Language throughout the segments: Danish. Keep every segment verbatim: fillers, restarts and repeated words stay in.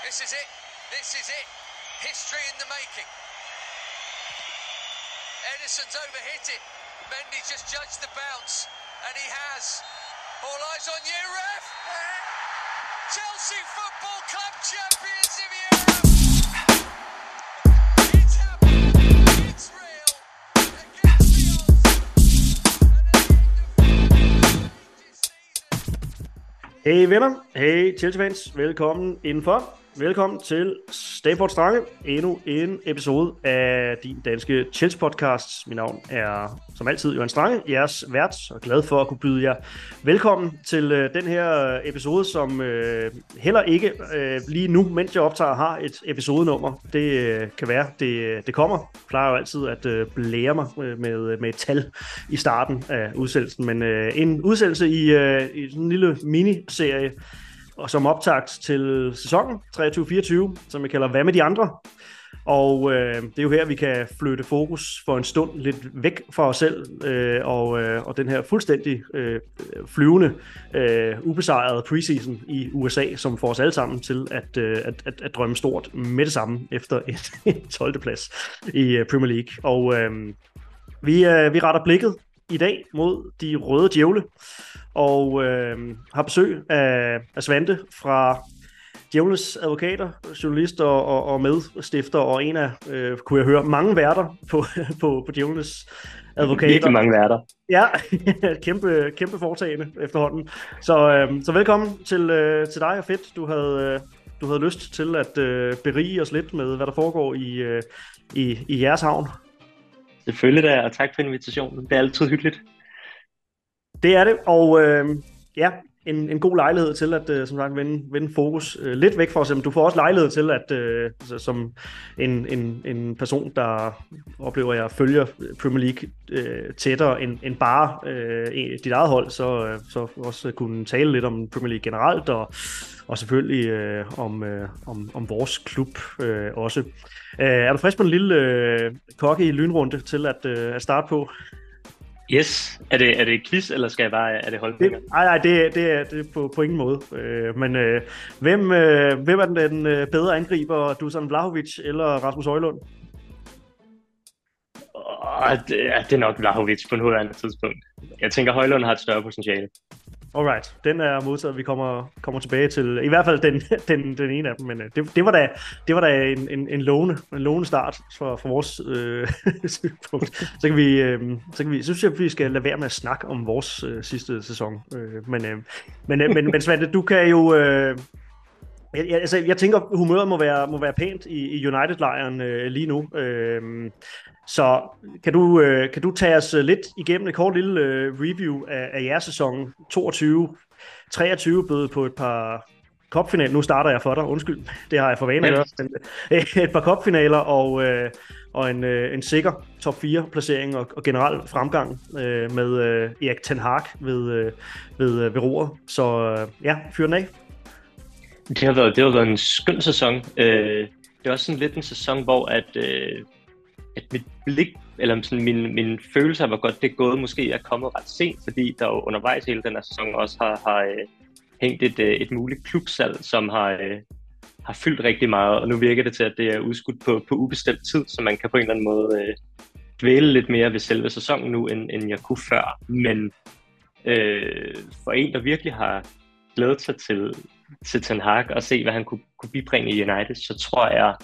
This is it. This is it. History in the making. Ederson's overhit it. Mendy just judged the bounce, and he has. All eyes on you, ref. Chelsea Football Club champions of Europe. It's happened. It's real. Against the odds. Hey venner, hey Chelsea-fans, velkommen indenfor. Velkommen til Stamford Strange, endnu en episode af din danske Chelsea-podcast. Mit navn er som altid Johan Strange, jeres vært, og glad for at kunne byde jer velkommen til øh, den her episode, som øh, heller ikke øh, lige nu, mens jeg optager, har et episodenummer. Det øh, kan være, det, det kommer. Jeg plejer jo altid at øh, blære mig med, med et tal i starten af udsendelsen, men øh, en udsendelse i, øh, i sådan en lille miniserie, og som optakt til sæsonen treogtyve fireogtyve, som jeg kalder Hvad med de andre? Og øh, det er jo her, vi kan flytte fokus for en stund lidt væk fra os selv, øh, og, øh, og den her fuldstændig øh, flyvende, øh, ubesejrede preseason i U S A, som får os alle sammen til at, øh, at, at, at drømme stort med det samme efter en tolvte plads i Premier League. Og øh, vi, øh, vi retter blikket i dag mod de røde djævle, og øh, har besøg af, af Svante fra Djævlenes Advokater, journalist og, og, og medstifter, og en af, øh, kunne jeg høre, mange værter på, på, på Djævlenes Advokater. Virkelig mange værter. Ja, kæmpe, kæmpe foretagende efterhånden. Så, øh, så velkommen til, øh, til dig, og fedt, du havde, øh, du havde lyst til at øh, berige os lidt med, hvad der foregår i, øh, i, i jeres havn. Selvfølgelig da, og tak for invitationen. Det er altid hyggeligt. Det er det, og øh, ja, en, en god lejlighed til at øh, som sagt, vende, vende fokus øh, lidt væk fra os. Men du får også lejlighed til at, øh, altså, som en, en, en person, der oplever, at jeg følger Premier League øh, tættere end, end bare øh, dit eget hold, så, øh, så også kunne tale lidt om Premier League generelt, og, og selvfølgelig øh, om, øh, om, om vores klub øh, også. Øh, er du frisk på en lille øh, kokke i lynrunde til at, øh, at starte på? Yes. Er det, er det et quiz, eller skal jeg bare, er det holdninger? Nej, nej, det, det, er, det er på, på ingen måde. Øh, men øh, hvem, øh, hvem er den, den øh, bedre angriber, Dusan Vlahovic eller Rasmus Højlund? Oh, det, ja, det er nok Vlahovic på noget andet tidspunkt. Jeg tænker, Højlund har et større potentiale. Alright, den er modtaget, vi kommer, kommer tilbage til, i hvert fald den, den, den ene af dem, men det, det var da, det var da en, en, en, lovende, en lovende start for, for vores øh, synspunkt. Så kan vi, øh, så kan vi, så synes jeg, at vi skal lade være med at snakke om vores øh, sidste sæson. Øh, men, øh, men, øh, men, men Svante, du kan jo, øh, jeg, altså, jeg tænker, humøret må være, må være pænt i, i United-lejren øh, lige nu. Øh, Så kan du, øh, kan du tage os lidt igennem et kort lille øh, review af, af jeres sæson toogtyve treogtyve, bød på et par cupfinaler. Nu starter jeg for dig, undskyld, det har jeg for vane at gøre. Et par cupfinaler og, øh, og en, øh, en sikker top fire placering og, og generel fremgang øh, med øh, Erik ten Hag ved, øh, ved, øh, ved roret. Så øh, ja, fyr den af. Det har været, det har været en skøn sæson. Øh, det er også sådan lidt en sæson, hvor at... Øh at mit blik, eller sådan min, min følelse af, hvor godt det er gået, måske er kommet ret sent, fordi der jo undervejs hele den her sæson også har, har uh, hængt et, uh, et muligt klubsalg, som har, uh, har fyldt rigtig meget, og nu virker det til, at det er udskudt på, på ubestemt tid, så man kan på en eller anden måde uh, dvæle lidt mere ved selve sæsonen nu, end, end jeg kunne før. Men uh, for en, der virkelig har glædet sig til, til Ten Hag og se, hvad han kunne, kunne bibringe i United, så tror jeg,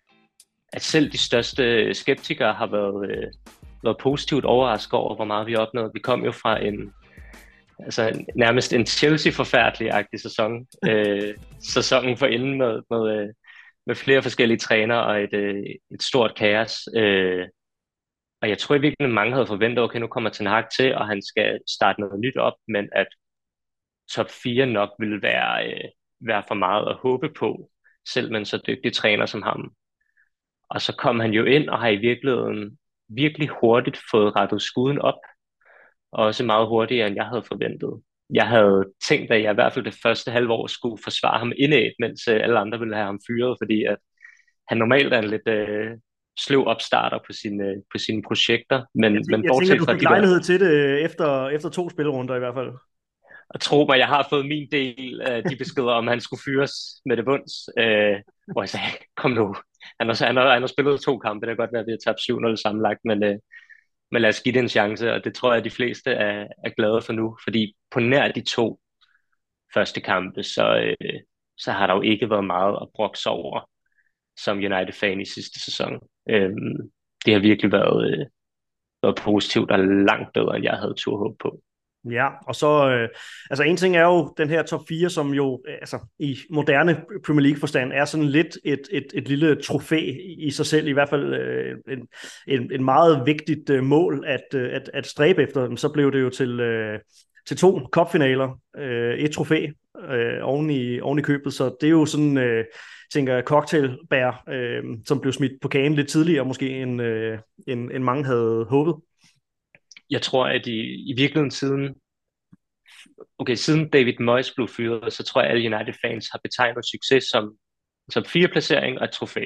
at selv de største skeptikere har været, øh, været positivt overrasket over, hvor meget vi opnåede. Vi kom jo fra en, altså nærmest en Chelsea-forfærdelig-agtig sæson. Øh, sæsonen for inden med, med, med flere forskellige trænere og et, øh, et stort kaos. Øh, og jeg tror i virkeligheden, mange havde forventet, okay, nu kommer Ten Hag til, og han skal starte noget nyt op, men at top fire nok ville være, øh, være for meget at håbe på, selv med en så dygtig træner som ham. Og så kom han jo ind og har i virkeligheden virkelig hurtigt fået rettet skuden op. Og også meget hurtigere, end jeg havde forventet. Jeg havde tænkt, at jeg i hvert fald det første halve år skulle forsvare ham indad, mens alle andre ville have ham fyret, fordi at han normalt er en lidt øh, sløv opstarter på sine, på sine projekter. Men, jeg, men jeg tænker, du fik lejlighed til det efter, efter to spillerunder i hvert fald. Og tro mig, jeg har fået min del af de beskeder, om han skulle fyres med det bunds. Øh, hvor jeg sagde, kom nu. Han har, han har, han har spillet to kampe, det kan godt være, at vi har tabt syv nul sammenlagt, men, øh, men lad os give det en chance, og det tror jeg, at de fleste er, er glade for nu, fordi på nær de to første kampe, så, øh, så har der jo ikke været meget at brokse over som United-fan i sidste sæson. Øhm, det har virkelig været, øh, været positivt og langt bedre, end jeg havde tur håb på. Ja, og så, øh, altså en ting er jo den her top fire, som jo øh, altså, i moderne Premier League-forstand er sådan lidt et, et, et lille trofæ i sig selv, i hvert fald øh, en, en, en meget vigtigt øh, mål at, øh, at, at stræbe efter. Så blev det jo til, øh, til to cupfinaler, øh, et trofæ øh, oven, i, oven i købet, så det er jo sådan, øh, tænker jeg, cocktailbær, øh, som blev smidt på kagen lidt tidligere, måske end, øh, end, end mange havde håbet. Jeg tror, at i, i virkeligheden siden, okay, siden David Moyes blev fyret, så tror jeg, at alle United-fans har betegnet succes som, som fire placering og et trofæ.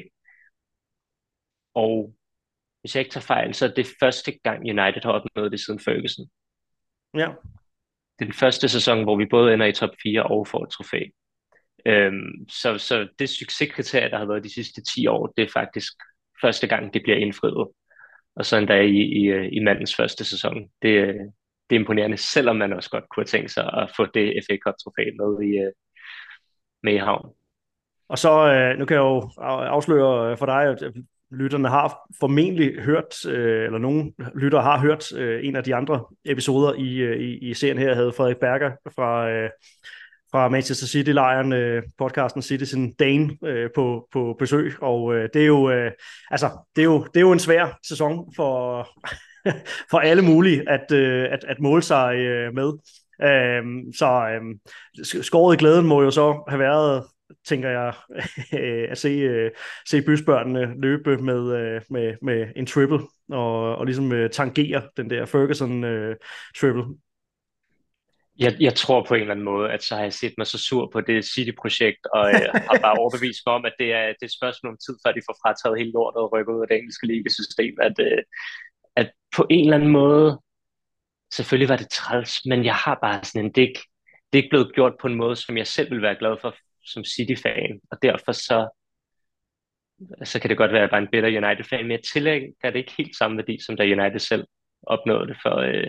Og hvis jeg ikke tager fejl, så er det første gang United har opnået det siden Ferguson. Ja. Det er den første sæson, hvor vi både ender i top fire og får et trofæ. Øhm, så, så det succeskriterie, der har været de sidste ti år, det er faktisk første gang, det bliver indfriet. Og så endda i, i, i mandens første sæson. Det, det er imponerende, selvom man også godt kunne have tænkt sig at få det F A Cup-trofæ med i, med i havn. Og så, øh, nu kan jeg jo afsløre for dig, at lytterne har formentlig hørt, øh, eller nogle lyttere har hørt øh, en af de andre episoder i, i, i serien her, havde Frederik Berger fra, øh, fra Manchester City-lejren, øh, podcasten Citizen Dane øh, på, på besøg, og øh, det er jo, øh, altså, det er jo, det er jo en svær sæson for, for alle mulige at, øh, at, at måle sig øh, med. Øh, så øh, skåret i glæden må jo så have været, tænker jeg, at se, se bysbørnene løbe med, med, med en triple, og, og ligesom tangere den der Ferguson-triple. Jeg, jeg tror på en eller anden måde, at så har jeg set mig så sur på det City-projekt, og øh, har bare overbevist mig om, at det er, det er et spørgsmål om tid, før de får frataget hele lortet og rykker ud af det engelske ligasystem, at, øh, at på en eller anden måde, selvfølgelig var det træls, men jeg har bare sådan en, det er ikke, det er ikke blevet gjort på en måde, som jeg selv vil være glad for som City-fan, og derfor så, så kan det godt være, at jeg bare er en bitter United-fan, men jeg tillægger det ikke helt samme værdi, som da United selv opnåede det for, øh,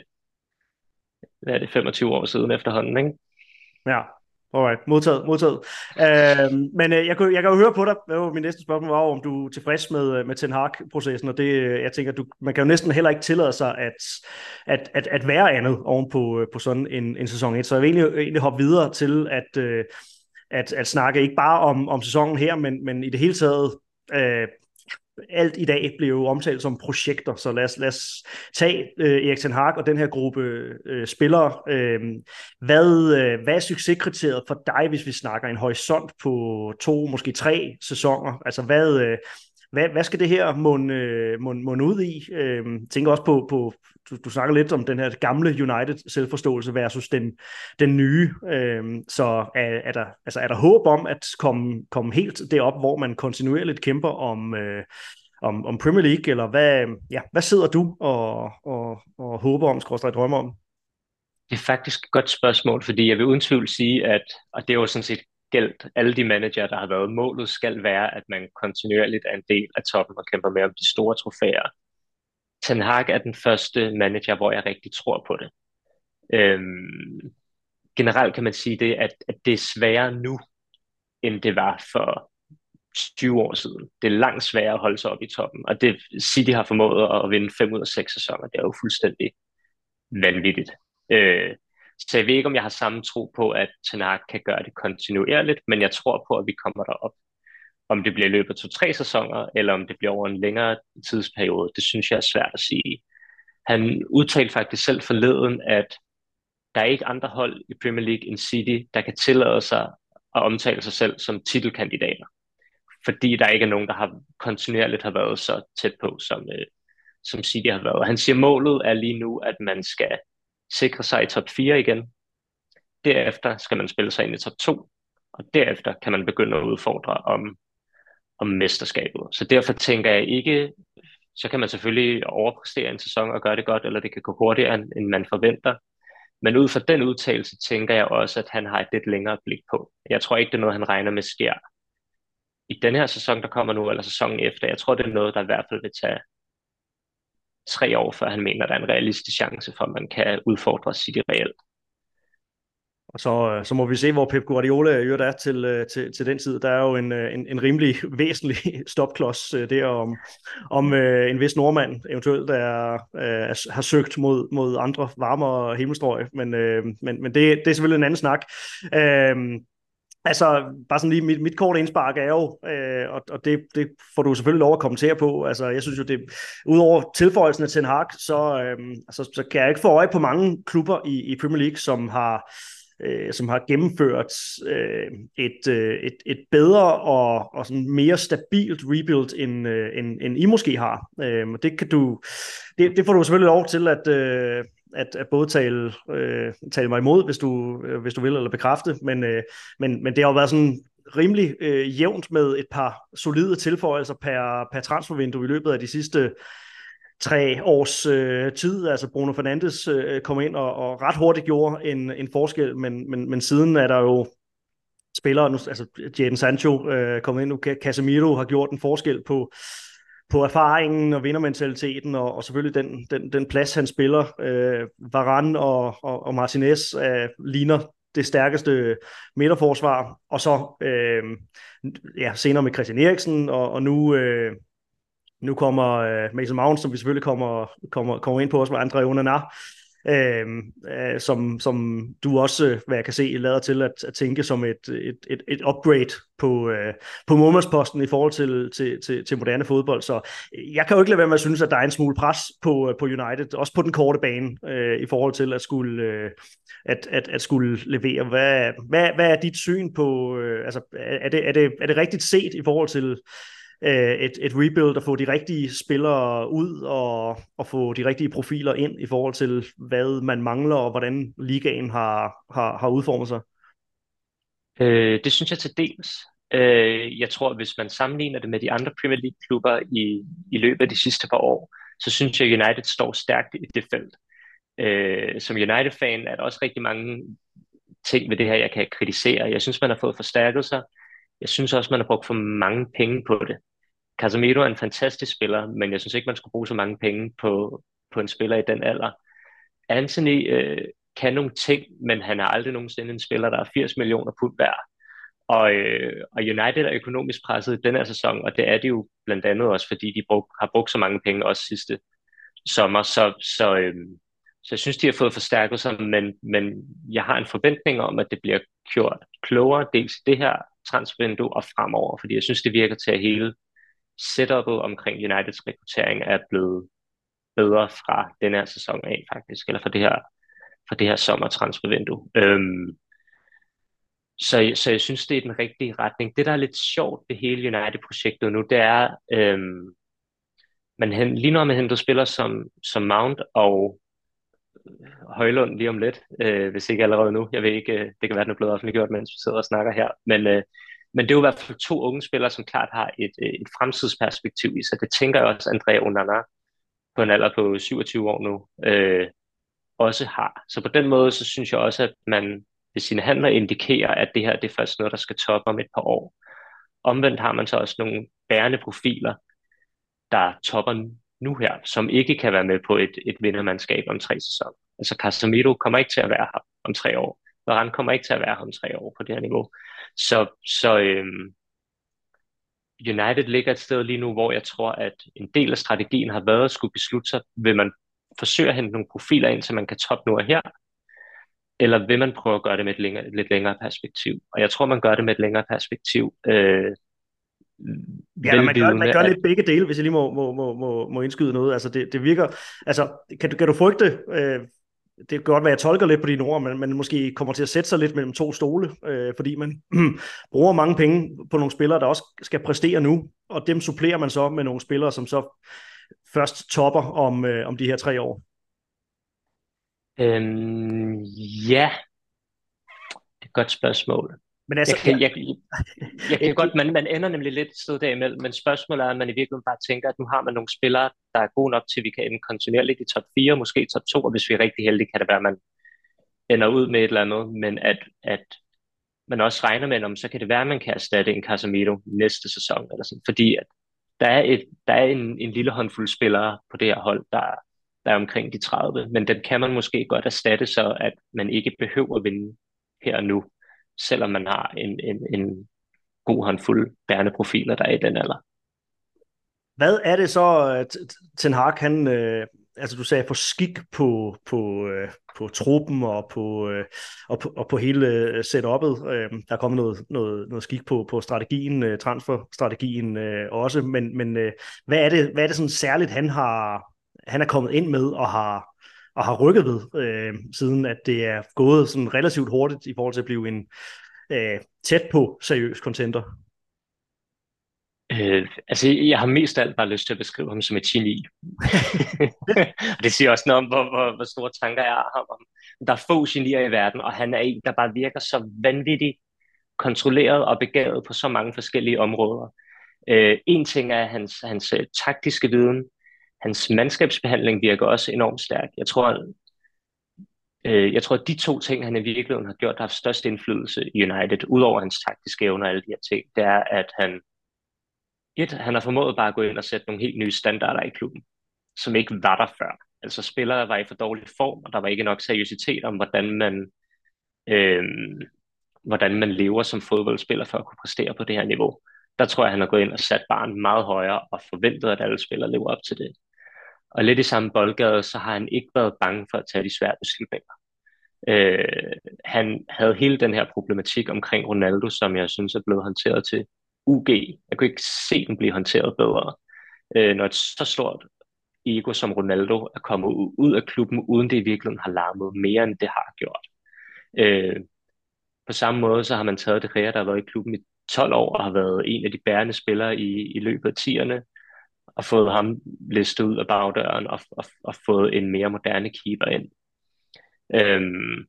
hvad er det, femogtyve år siden efterhånden, ikke? Ja, alright, modtaget, modtaget. Uh, men uh, jeg, kan, jeg kan jo høre på dig, det var min næste spørgsmål var, om du er tilfreds med, med Ten Hag-processen, og det, jeg tænker, du, man kan jo næsten heller ikke tillade sig at, at, at, at være andet oven på, på sådan en, en sæson et, så jeg vil egentlig, egentlig hoppe videre til at, uh, at, at snakke ikke bare om, om sæsonen her, men, men i det hele taget, uh, alt i dag bliver jo omtalt som projekter, så lad os, lad os tage øh, Erik Ten Hag og den her gruppe øh, spillere. Øh, hvad, øh, hvad er succeskriteriet for dig, hvis vi snakker en horisont på to, måske tre sæsoner? Altså hvad, øh, hvad, hvad skal det her munde, øh, munde, munde ud i? Øh, tænker også på, på du, du snakker lidt om den her gamle United selvforståelse versus den, den nye. Øh, så er, er, der, altså er der håb om at komme, komme helt derop, hvor man kontinuerligt kæmper om, øh, om, om Premier League, eller hvad, ja, hvad sidder du og, og, og håber om, skråstreg drømmer om? Det er faktisk et godt spørgsmål, fordi jeg vil uden tvivl sige, at, og det er jo sådan set gældt alle de manager, der har været, målet skal være, at man kontinuerligt er en del af toppen og kæmper med om de store trofæer. Ten Hag er den første manager, hvor jeg rigtig tror på det. Øhm, generelt kan man sige det, at, at det er sværere nu, end det var for tyve år siden. Det er langt sværere at holde sig op i toppen, og det City har formået at vinde fem ud af seks sæsoner. Det er jo fuldstændig vanvittigt. Øh, så jeg ved ikke, om jeg har samme tro på, at Ten Hag kan gøre det kontinuerligt, men jeg tror på, at vi kommer derop. Om det bliver i løbet af to-tre sæsoner, eller om det bliver over en længere tidsperiode, det synes jeg er svært at sige. Han udtalte faktisk selv forleden, at der er ikke andre hold i Premier League end City, der kan tillade sig at omtale sig selv som titelkandidater. Fordi der ikke er nogen, der har kontinuerligt har været så tæt på, som, øh, som City har været. Han siger, at målet er lige nu, at man skal sikre sig i top fire igen. Derefter skal man spille sig ind i top to, og derefter kan man begynde at udfordre om, om mesterskabet. Så derfor tænker jeg ikke, så kan man selvfølgelig overpræstere en sæson og gøre det godt, eller det kan gå hurtigere, end man forventer. Men ud fra den udtalelse tænker jeg også, at han har et lidt længere blik på. Jeg tror ikke, det er noget, han regner med sker i den her sæson, der kommer nu, eller sæsonen efter. Jeg tror, det er noget, der i hvert fald vil tage tre år, før han mener, der er en realistisk chance for, at man kan udfordre City reelt. Og så, øh, så må vi se, hvor Pep Guardiola i øvrigt er til, øh, til, til den tid. Der er jo en, øh, en, en rimelig væsentlig stopklods øh, der, om, om øh, en vis nordmand eventuelt er, øh, har søgt mod, mod andre varmere himmelstrøg. Men, øh, men, men det, det er selvfølgelig en anden snak. Øh, Altså, bare sådan lige, mit, mit korte indspark er jo, øh, og, og det, det får du selvfølgelig lov at kommentere på, altså jeg synes jo, det udover tilføjelsen af Ten Hag, så, øh, altså, så kan jeg ikke få øje på mange klubber i, i Premier League, som har, øh, som har gennemført øh, et, øh, et, et bedre og, og sådan mere stabilt rebuild, end, øh, end, end I måske har. Øh, det, kan du, det, det får du selvfølgelig lov til at... Øh, At, at både tale, øh, tale mig imod, hvis du, øh, hvis du vil, eller bekræfte, men, øh, men, men det har jo været sådan rimelig øh, jævnt med et par solide tilføjelser per, per transfervindue i løbet af de sidste tre års øh, tid. Altså Bruno Fernandes øh, kom ind og, og ret hurtigt gjorde en, en forskel, men, men, men siden er der jo spillere, nu, altså Jadon Sancho øh, kommet ind nu, Casemiro har gjort en forskel på på erfaringen og vindermentaliteten, og, og selvfølgelig den, den, den plads, han spiller. Øh, Varane og, og, og Martinez øh, ligner det stærkeste midterforsvar, og så øh, ja, senere med Christian Eriksen, og, og nu, øh, nu kommer øh, Mason Mount, som vi selvfølgelig kommer, kommer, kommer ind på også med André Onana, øh, øh, som, som du også, hvad jeg kan se, lader til at, at tænke som et, et, et, et upgrade på, øh, på målmandsposten i forhold til, til, til, til moderne fodbold. Så jeg kan jo ikke lade være med at synes, at der er en smule pres på, på United, også på den korte bane, øh, i forhold til at skulle, øh, at, at, at skulle levere. Hvad, hvad, hvad er dit syn på, øh, altså er det, er, det, er det rigtigt set i forhold til et, et rebuild, at få de rigtige spillere ud og, og få de rigtige profiler ind i forhold til, hvad man mangler, og hvordan ligaen har, har, har udformet sig? Øh, det synes jeg til dels. Øh, jeg tror, at hvis man sammenligner det med de andre Premier League-klubber i, i løbet af de sidste par år, så synes jeg, at United står stærkt i det felt. Øh, som United-fan er der også rigtig mange ting ved det her, jeg kan kritisere. Jeg synes, man har fået forstærket sig. Jeg synes også, man har brugt for mange penge på det. Casemiro er en fantastisk spiller, men jeg synes ikke, man skulle bruge så mange penge på, på en spiller i den alder. Anthony øh, kan nogle ting, men han er aldrig nogensinde en spiller, der er firs millioner pund værd. Og, øh, og United er økonomisk presset i den her sæson, og det er det jo blandt andet også, fordi de brug, har brugt så mange penge også sidste sommer. Så, så, øh, så jeg synes, de har fået forstærket sig, men, men jeg har en forventning om, at det bliver gjort klogere, dels i det her transfervindue og fremover, fordi jeg synes, det virker til, at hele setupet omkring Uniteds rekruttering er blevet bedre fra den her sæson af, faktisk, eller fra det her, fra det her sommertransfervindue. Øhm, så, så jeg synes, det er den rigtige retning. Det, der er lidt sjovt ved hele United-projektet nu, det er, øhm, man, lige når man henter spillere som, som Mount og Højlund lige om lidt, øh, hvis ikke allerede nu. Jeg ved ikke, øh, det kan være, den er blevet offentliggjort, mens vi sidder og snakker her. Men, øh, men det er jo i hvert fald to unge spillere, som klart har et, et fremtidsperspektiv i sig. Det tænker jeg også, André Onana på en alder på syvogtyve år nu øh, også har. Så på den måde, så synes jeg også, at man ved sine handler indikerer, at det her det er først noget, der skal toppe om et par år. Omvendt har man så også nogle bærende profiler, der topper nu her, som ikke kan være med på et, et vindermandskab om tre sæsoner. Altså Casemiro kommer ikke til at være her om tre år. Varane kommer ikke til at være her om tre år på det her niveau. Så, så øhm, United ligger et sted lige nu, hvor jeg tror, at en del af strategien har været at skulle beslutte sig, vil man forsøge at hente nogle profiler ind, så man kan toppe nu og her, eller vil man prøve at gøre det med et, længere, et lidt længere perspektiv? Og jeg tror, man gør det med et længere perspektiv. Øh, Ja, man gør, man gør lidt begge dele, hvis jeg lige må, må, må, må, må indskyde noget. Altså det, det virker, altså kan du, kan du frygte, øh, det kan godt være, jeg tolker lidt på dine ord, men man måske kommer til at sætte sig lidt mellem to stole, øh, fordi man bruger mange penge på nogle spillere, der også skal præstere nu, og dem supplerer man så med nogle spillere, som så først topper om, øh, om de her tre år. Øhm, ja, det er et godt spørgsmål. Men altså, jeg kan, jeg, jeg, jeg kan godt, man, man ender nemlig lidt et sted derimellem, men spørgsmålet er, at man i virkeligheden bare tænker, at nu har man nogle spillere, der er gode nok til, at vi kan ende kontinuerligt i top fire, måske top to, og hvis vi er rigtig heldige, kan det være, at man ender ud med et eller andet, men at, at man også regner med, om så kan det være, at man kan erstatte en Casemiro næste sæson, eller sådan, fordi at der er, et, der er en, en lille håndfuld spillere på det her hold, der, der er omkring de tredive, men den kan man måske godt erstatte, så at man ikke behøver at vinde her og nu, selvom man har en, en, en god håndfuld bærende profiler, der er i den alder. Hvad er det så, at Ten Hag, han, øh, altså du sagde, få skik på, på, øh, på truppen og på, øh, og på, og på hele setup'et. Øh, der er kommet noget, noget, noget skik på, på strategien, øh, transferstrategien øh, også, men, men øh, hvad er det, hvad er det sådan særligt, han har, han er kommet ind med og har, og har rykket ved, øh, siden at det er gået sådan relativt hurtigt i forhold til at blive en øh, tæt på seriøs contender? Øh, altså, jeg har mest af alt bare lyst til at beskrive ham som et geni. Og det siger også noget om, hvor, hvor, hvor store tanker jeg har om. Der er få genier i verden, og han er en, der bare virker så vanvittigt kontrolleret og begavet på så mange forskellige områder. Øh, en ting er hans, hans uh, taktiske viden. Hans mandskabsbehandling virker også enormt stærk. Jeg tror, øh, jeg tror, at de to ting, han i virkeligheden har gjort, der har haft størst indflydelse i United, udover hans taktiske evner og alle de her ting, det er, at han Et, han har formået bare at gå ind og sætte nogle helt nye standarder i klubben, som ikke var der før. Altså spillere var i for dårlig form, og der var ikke nok seriøsitet om, hvordan man, øh, hvordan man lever som fodboldspiller for at kunne præstere på det her niveau. Der tror jeg, han har gået ind og sat barren meget højere og forventet, at alle spillere lever op til det. Og lidt i samme boldgade, så har han ikke været bange for at tage de svære beslutninger. Øh, han havde hele den her problematik omkring Ronaldo, som jeg synes er blevet håndteret til U G. Jeg kunne ikke se den blive håndteret bedre. Øh, når et så stort ego som Ronaldo er kommet ud af klubben, uden det i virkeligheden har larmet mere, end det har gjort. Øh, på samme måde så har man taget det Gea, der har været i klubben i tolv år, og har været en af de bærende spillere i, i løbet af tierne, og fået ham listet ud af bagdøren, og, og, og fået en mere moderne keeper ind. Øh,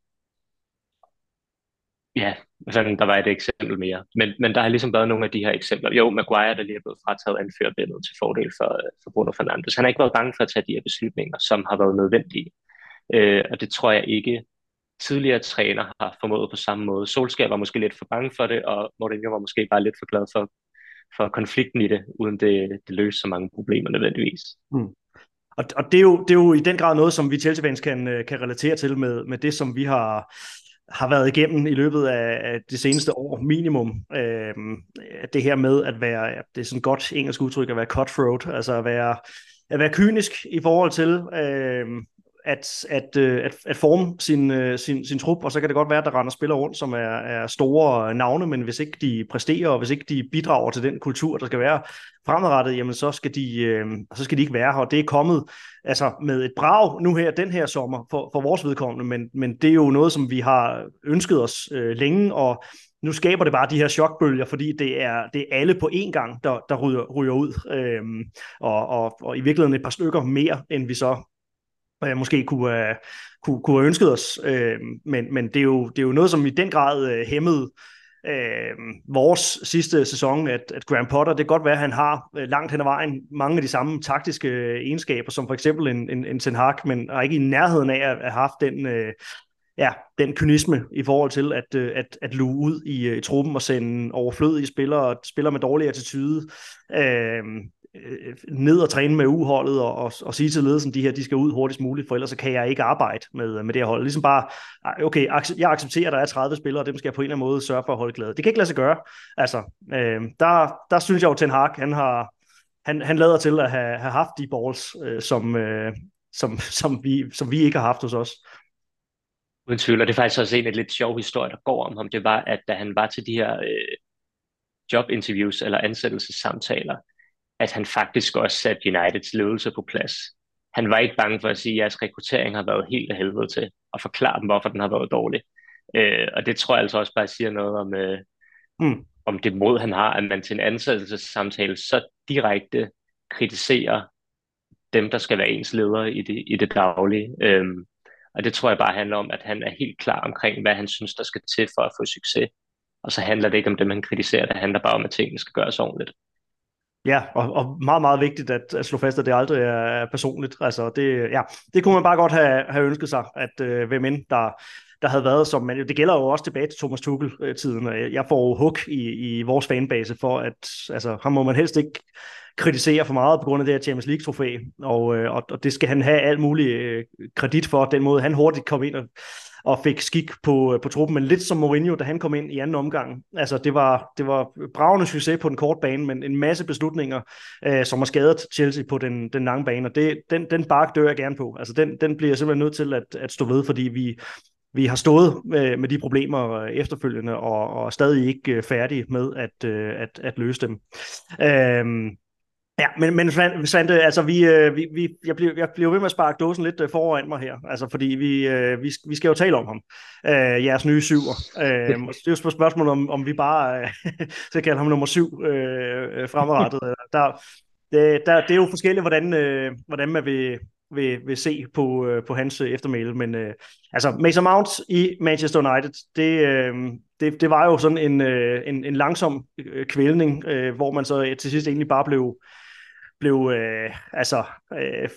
Ja, sådan, der var et eksempel mere. Men, men der har ligesom været nogle af de her eksempler. Jo, Maguire, der lige er blevet frataget anførerbilledet til fordel for, for Bruno Fernandes. Han har ikke været bange for at tage de her beslutninger, som har været nødvendige. Øh, og det tror jeg ikke tidligere træner har formået på samme måde. Solskjaer var måske lidt for bange for det, og Mourinho var måske bare lidt for glad for, for konflikten i det, uden det, det løste så mange problemer nødvendigvis. Hmm. Og, og det, er jo, det er jo i den grad noget, som vi Chelsea-fans kan, kan relatere til med, med det, som vi har har været igennem i løbet af, af det seneste år minimum. Øh, det her med at være, det er sådan et godt engelsk udtryk, at være cutthroat, altså at være, at være kynisk i forhold til øh, at, at, at, at forme sin, sin, sin trup, og så kan det godt være, at der render spillere rundt, som er, er store navne, men hvis ikke de præsterer, og hvis ikke de bidrager til den kultur, der skal være fremadrettet, jamen så skal de, øh, så skal de ikke være her, og det er kommet altså med et brag nu her, den her sommer, for, for vores vedkommende, men, men det er jo noget, som vi har ønsket os øh, længe, og nu skaber det bare de her chokbølger, fordi det er, det er alle på én gang, der, der ryger, ryger ud, øh, og, og, og i virkeligheden et par stykker mere, end vi så øh, måske kunne, øh, kunne, kunne have ønsket os, øh, men, men det, er jo, det er jo noget, som i den grad øh, hæmmede Øh, vores sidste sæson, at, at Graham Potter, det kan godt være, at han har øh, langt hen ad vejen mange af de samme taktiske øh, egenskaber, som for eksempel en, en, en Ten Hag, men er ikke i nærheden af at have haft den, øh, ja, den kynisme i forhold til at, øh, at, at luge ud i, i truppen og sende overflødige spillere, spillere med dårlig attitude, øh, ned og træne med U-holdet og, og, og sige til ledelsen, de her, de skal ud hurtigst muligt, for ellers så kan jeg ikke arbejde med, med det her hold. Ligesom bare, okay, jeg accepterer, at der er tredive spillere, og dem skal jeg på en eller anden måde sørge for at holde glade. Det kan ikke lade sig gøre. Altså, øh, der, der synes jeg jo, Ten Hag, han har, han, han lader til at have, have haft de balls, øh, som, øh, som, som, vi, som vi ikke har haft hos os. Uden tvivl, og det er faktisk også en af lidt sjov historie, der går om ham. Det var, at da han var til de her øh, jobinterviews eller ansættelsessamtaler, at han faktisk også satte Uniteds ledelse på plads. Han var ikke bange for at sige, at jeres rekruttering har været helt af helvede til, og forklare dem, hvorfor den har været dårlig. Øh, og det tror jeg altså også bare siger noget om, øh, mm. om det mod, han har, at man til en ansættelsessamtale så direkte kritiserer dem, der skal være ens ledere i det, i det daglige. Øh, og det tror jeg bare handler om, at han er helt klar omkring, hvad han synes, der skal til for at få succes. Og så handler det ikke om dem, han kritiserer, det handler bare om, at tingene skal gøres ordentligt. Ja, og, og meget, meget vigtigt at, at slå fast, at det aldrig er personligt. Altså, det, ja, det kunne man bare godt have, have ønsket sig, at øh, hvem end der, der havde været, som man, det gælder jo også tilbage til Thomas Tuchel-tiden, og jeg får jo hug i, i vores fanbase for, at altså, ham må man helst ikke kritisere for meget på grund af det her Champions League-trofæ, og, og, og det skal han have alt muligt kredit for, den måde han hurtigt kom ind og, og fik skik på, på truppen, men lidt som Mourinho, da han kom ind i anden omgang. Altså, det var, det var bragende succes på den korte bane, men en masse beslutninger, øh, som har skadet Chelsea på den, den lange bane, og det, den, den bark dør jeg gerne på. Altså, den, den bliver jeg simpelthen nødt til at, at stå ved, fordi vi, vi har stået med, med de problemer efterfølgende, og, og er stadig ikke færdige med at, at, at løse dem. Øhm, Ja, men, men Svante, altså vi, vi, vi, jeg, bliver, jeg bliver ved med at sparke dåsen lidt foran mig her, altså fordi vi, vi, vi skal jo tale om ham, øh, jeres nye syver. Øh, det er jo et spørgsmål, om, om vi bare øh, skal kalde ham nummer syv øh, fremadrettet. Der, det, der, det er jo forskelligt, hvordan, øh, hvordan man vil, vil, vil se på, øh, på hans eftermæle, men øh, altså Mason Mount i Manchester United, det, øh, det, det var jo sådan en, øh, en, en langsom kvælning, øh, hvor man så til sidst egentlig bare blev blev øh, altså øh,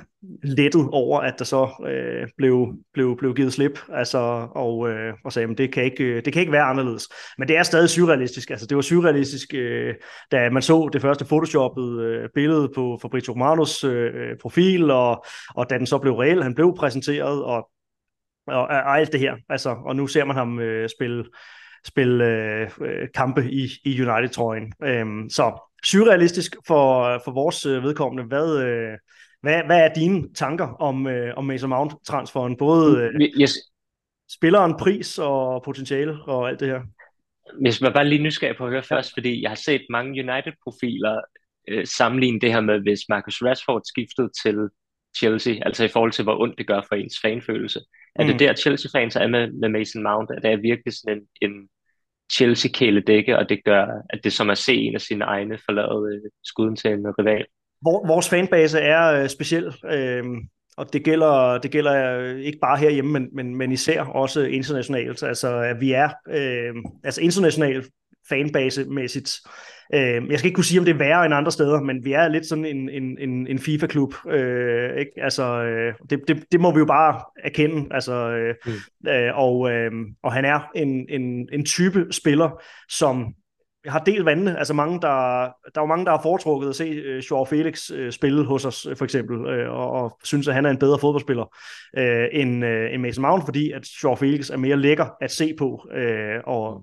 lettet over, at der så øh, blev, blev, blev givet slip, altså, og, øh, og sagde, at det kan, ikke, det kan ikke være anderledes. Men det er stadig surrealistisk. Altså, det var surrealistisk, øh, da man så det første photoshoppede øh, billede på Fabrizio Romanos øh, profil, og, og da den så blev reel, han blev præsenteret, og, og, og alt det her. Altså, og nu ser man ham øh, spille, spille øh, kampe i, i United-trøjen. Øhm, så surrealistisk for, for vores vedkommende. Hvad, øh, hvad, hvad er dine tanker om, øh, om Mason Mount-transferen? Både øh, yes. spilleren, pris og potentiale og alt det her. Hvis man bare lige nysgerrig på at høre ja. først, fordi jeg har set mange United-profiler øh, sammenligne det her med, hvis Marcus Rashford skiftede til Chelsea, altså i forhold til, hvor ondt det gør for ens fanfølelse. Mm. Er det der, Chelsea-fans er med, med Mason Mount? Er det virkelig sådan en, en Chelsea-kæledække, og det gør, at det som at se en af sine egne forlade øh, skuden til en rival? Vores fanbase er øh, speciel, øh, og det gælder, det gælder ikke bare herhjemme, men, men, men især også internationalt. Altså, at vi er øh, altså international fanbase-mæssigt. Øh, jeg skal ikke kunne sige, om det er værre end andre steder, men vi er lidt sådan en, en, en, en FIFA-klub. Øh, ikke? Altså, øh, det, det, det må vi jo bare erkende. Altså, øh, mm. øh, og, øh, og han er en, en, en type spiller, som har delt vandene. Altså mange, der, der er jo mange, der har foretrukket at se uh, Joao Felix uh, spille hos os, for eksempel, uh, og, og synes, at han er en bedre fodboldspiller uh, end, uh, end Mason Mount, fordi at Joao Felix er mere lækker at se på, uh, og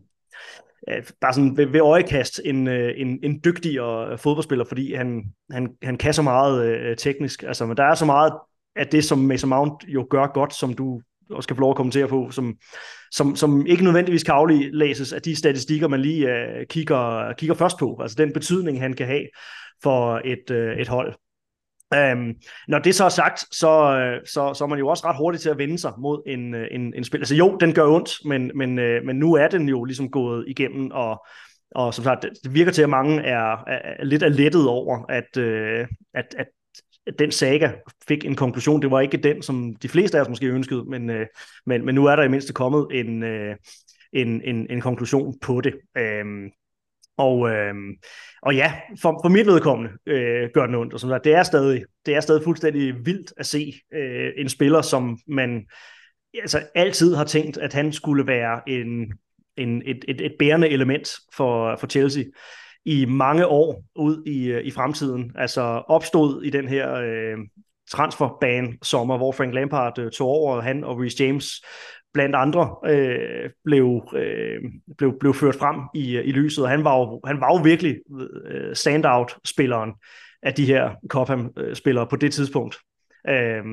uh, bare sådan ved, ved øjekast en, uh, en, en dygtigere fodboldspiller, fordi han, han, han kan så meget uh, teknisk. Altså, men der er så meget af det, som Mason Mount jo gør godt, som du også kan få lov at kommentere på, som, som, som ikke nødvendigvis kan aflæses af de statistikker, man lige uh, kigger, kigger først på. Altså den betydning, han kan have for et, uh, et hold. Um, når det så er sagt, så, så, så er man jo også ret hurtig til at vende sig mod en, en, en spil. Altså jo, den gør ondt, men, men, men nu er den jo ligesom gået igennem, og, og som sagt, det virker til, at mange er, er lidt er lettet over, at, uh, at, at den saga fik en konklusion. Det var ikke den, som de fleste af os måske ønskede, men, øh, men, men nu er der i mindste kommet en, øh, en, en, en konklusion på det. Øhm, og, øh, og ja, for, for mit vedkommende øh, gør den ondt. Og som sagt, det er stadig, det er stadig fuldstændig vildt at se øh, en spiller, som man altså, altid har tænkt, at han skulle være en, en, et, et, et bærende element for, for Chelsea i mange år ud i, i fremtiden. Altså opstod i den her øh, transferban sommer, hvor Frank Lampard øh, tog over, han og Reece James blandt andre øh, blev, øh, blev, blev ført frem i, i lyset, og han var jo, han var jo virkelig øh, standout-spilleren af de her Cobham-spillere på det tidspunkt. Øh,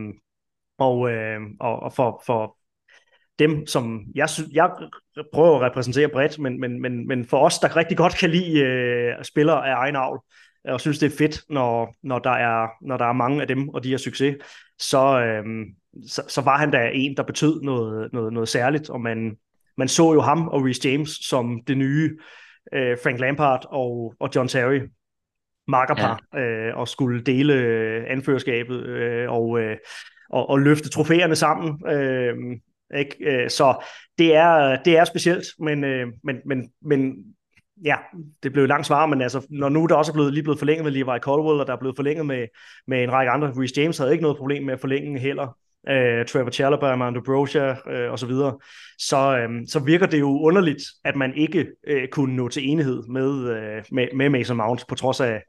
og, øh, og for, for dem, som jeg, jeg prøver at repræsentere bredt, men, men, men, men for os, der rigtig godt kan lide øh, spillere af egen avl, og synes, det er fedt, når, når, der er, når der er mange af dem, og de har succes, så, øh, så, så var han da en, der betød noget, noget, noget særligt, og man, man så jo ham og Reece James som det nye øh, Frank Lampard og, og John Terry makkerpar, ja. øh, og skulle dele anførerskabet øh, og, øh, og, og løfte trofæerne sammen. Øh, Ikke? Så det er, det er specielt, men, men, men, men ja, det blev langt svar, men altså, når nu der også er blevet, lige blevet forlænget med Levi Colwill, og der er blevet forlænget med, med en række andre, Reece James havde ikke noget problem med at forlænge heller, øh, Trevor Chalobah, Armando Broja øh, osv., så, så, øh, så virker det jo underligt, at man ikke øh, kunne nå til enighed med, øh, med, med Mason Mount, på trods af,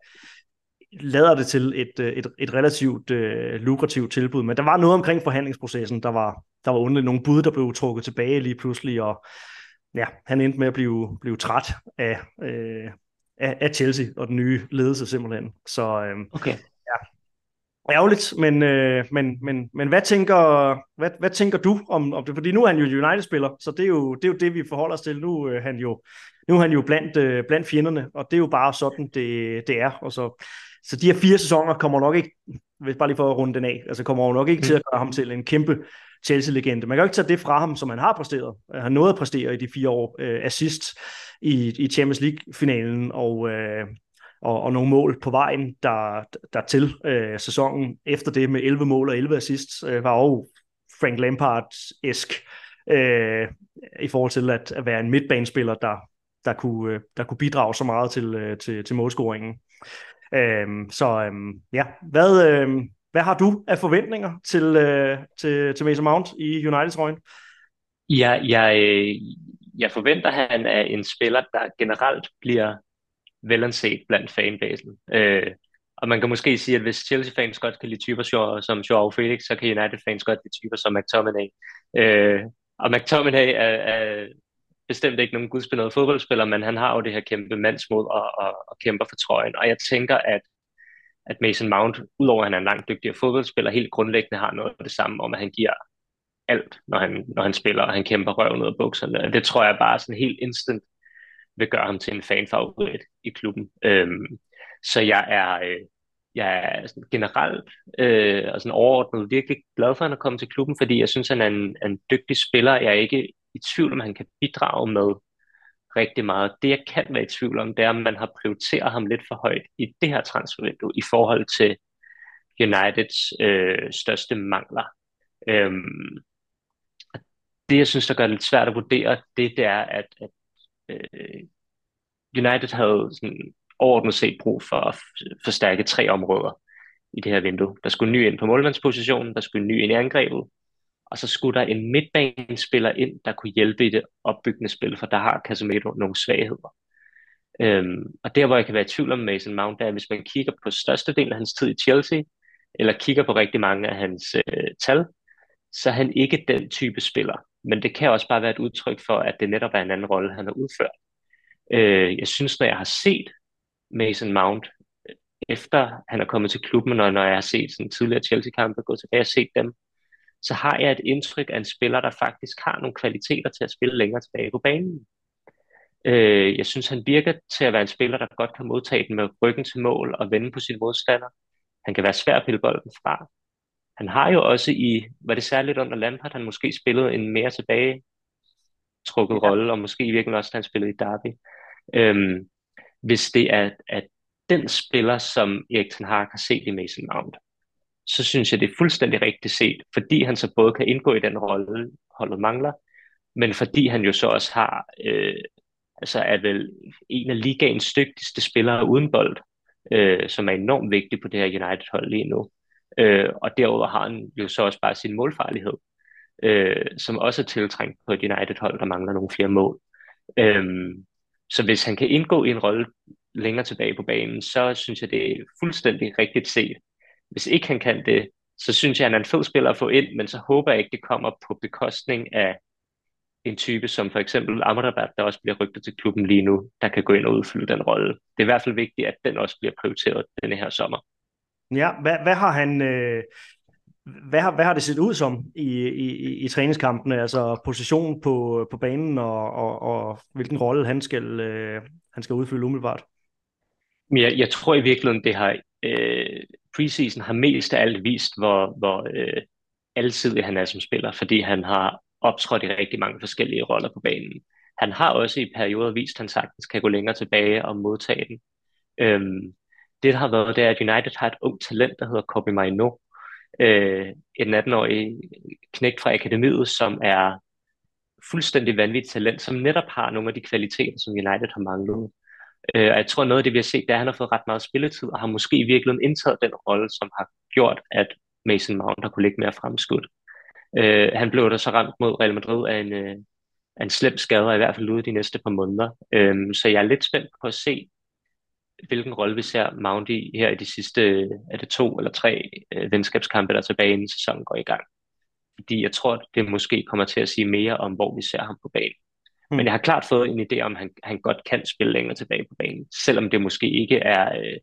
lader det til et, et, et relativt øh, lukrativt tilbud. Men der var noget omkring forhandlingsprocessen, der var, der var underligt. Nogle bud, der blev trukket tilbage lige pludselig, og ja, han endte med at blive, blive træt af, øh, af, af Chelsea og den nye ledelse simpelthen. Så øh, Okay. ja, ærgerligt, men, øh, men, men, men hvad, tænker, hvad, hvad tænker du om, om det? Fordi nu er han jo United-spiller, så det er jo det, er jo det vi forholder os til. Nu er han jo, nu er han jo blandt, øh, blandt fjenderne, og det er jo bare sådan, det, det er. Og så, så de her fire sæsoner kommer nok ikke, hvis bare lige for at runde den af, altså kommer jo nok ikke mm. til at gøre ham til en kæmpe Chelsea-legende. Man kan jo ikke tage det fra ham, som han har præsteret. Han nåede at præstere i de fire år, øh, assist i, i Champions League-finalen, og... Øh, Og, og nogle mål på vejen der, der til øh, sæsonen efter det med elleve mål og elleve assists, øh, var jo Frank Lampard-esk øh, i forhold til at, at være en midtbanespiller, der, der, kunne, øh, der kunne bidrage så meget til, øh, til, til målscoringen. Øh, så øh, ja, hvad, øh, hvad har du af forventninger til, øh, til, til Mason Mount i United-trøjen? Ja, jeg, jeg forventer, at han er en spiller, der generelt bliver velanset blandt fanbasen. Øh, og man kan måske sige, at hvis Chelsea-fans godt kan lide typer som Joao Felix, så kan United-fans godt lide typer som McTominay. Øh, og McTominay er, er bestemt ikke nogen gudsbenådet fodboldspiller, men han har jo det her kæmpe mandsmod og, og, og kæmper for trøjen. Og jeg tænker, at, at Mason Mount, udover at han er en langt dygtigere fodboldspiller, helt grundlæggende har noget af det samme om, at han giver alt, når han, når han spiller, og han kæmper røven ud af bukserne. Og det tror jeg bare sådan helt instant vil gøre ham til en fanfavorit i klubben. Øhm, så jeg er, øh, jeg er sådan generelt øh, og sådan overordnet virkelig glad for, at han er kommet til klubben, fordi jeg synes, han er en, en dygtig spiller. Jeg er ikke i tvivl om, han kan bidrage med rigtig meget. Det, jeg kan være i tvivl om, det er, om man har prioriteret ham lidt for højt i det her transfervindue i forhold til Uniteds øh, største mangler. Øhm, det, jeg synes, der gør det lidt svært at vurdere, det, det er, at, at øh, United havde sådan overordnet set brug for at forstærke tre områder i det her vindue. Der skulle en ny ind på målmandspositionen, der skulle en ny ind i angrebet, og så skulle der en midtbanespiller ind, der kunne hjælpe i det opbyggende spil, for der har Casemiro nogle svagheder. Øhm, og der, hvor jeg kan være i tvivl om Mason Mount, er, hvis man kigger på størstedelen af hans tid i Chelsea, eller kigger på rigtig mange af hans øh, tal, så er han ikke den type spiller. Men det kan også bare være et udtryk for, at det netop er en anden rolle, han har udført. Øh, jeg synes, når jeg har set Mason Mount, efter han er kommet til klubben, og når jeg har set sådan tidligere Chelsea-kampe, gå tilbage og set dem, så har jeg et indtryk af en spiller, der faktisk har nogle kvaliteter til at spille længere tilbage på banen. Øh, jeg synes, han virker til at være en spiller, der godt kan modtage den med ryggen til mål og vende på sin modstander. Han kan være svær at pille bolden fra. Han har jo også i, var det særligt under Lampard, han måske spillede en mere tilbage trukket ja. rolle, og måske i virkeligheden også, da han spillede i Derby. Øhm, hvis det er at den spiller, som Erik ten Hag har set i Mason Mount, så synes jeg, det er fuldstændig rigtigt set, fordi han så både kan indgå i den rolle, holdet mangler, men fordi han jo så også har, øh, altså er vel en af ligaens dygtigste spillere uden bold, øh, som er enormt vigtig på det her United-hold lige nu. Øh, og derudover har han jo så også bare sin målfarlighed, øh, som også er tiltrængt på et United-hold, der mangler nogle flere mål. Øh, så hvis han kan indgå i en rolle længere tilbage på banen, så synes jeg, det er fuldstændig rigtigt set. Hvis ikke han kan det, så synes jeg, han er en fed spiller at få ind, men så håber jeg ikke, det kommer på bekostning af en type som for eksempel Amrabat, der også bliver rygtet til klubben lige nu, der kan gå ind og udfylde den rolle. Det er i hvert fald vigtigt, at den også bliver prioriteret denne her sommer. Ja, hvad, hvad har han... Øh... Hvad har, hvad har det set ud som i, i, i træningskampene, altså position på, på banen og, og, og hvilken rolle han skal, øh, han skal udfylde umiddelbart? Jeg, jeg tror i virkeligheden, det har øh, preseason har mest af alt vist, hvor, hvor øh, alsidig han er som spiller, fordi han har optrådt i rigtig mange forskellige roller på banen. Han har også i perioder vist, at han sagtens kan gå længere tilbage og modtage den. Øhm, det, der har været, det er, at United har et ungt talent, der hedder Kobbie Mainoo, øh, en atten-årig knægt fra akademiet, som er fuldstændig vanvittigt talent, som netop har nogle af de kvaliteter, som United har manglet. Øh, og jeg tror, noget af det, vi har set, det er, at han har fået ret meget spilletid, og har måske i virkeligheden indtaget den rolle, som har gjort, at Mason Mount har kunne ligge mere fremskudt. Øh, han blev da så ramt mod Real Madrid af en, øh, af en slem skade, og i hvert fald ude de næste par måneder. Øh, så jeg er lidt spændt på at se, hvilken rolle vi ser Mount i her i de sidste, er det to eller tre øh, venskabskampe, der er tilbage, inden sæsonen går i gang. Fordi jeg tror, det måske kommer til at sige mere om, hvor vi ser ham på banen. Mm. Men jeg har klart fået en idé om, at han, han godt kan spille længere tilbage på banen, selvom det måske ikke er... Øh,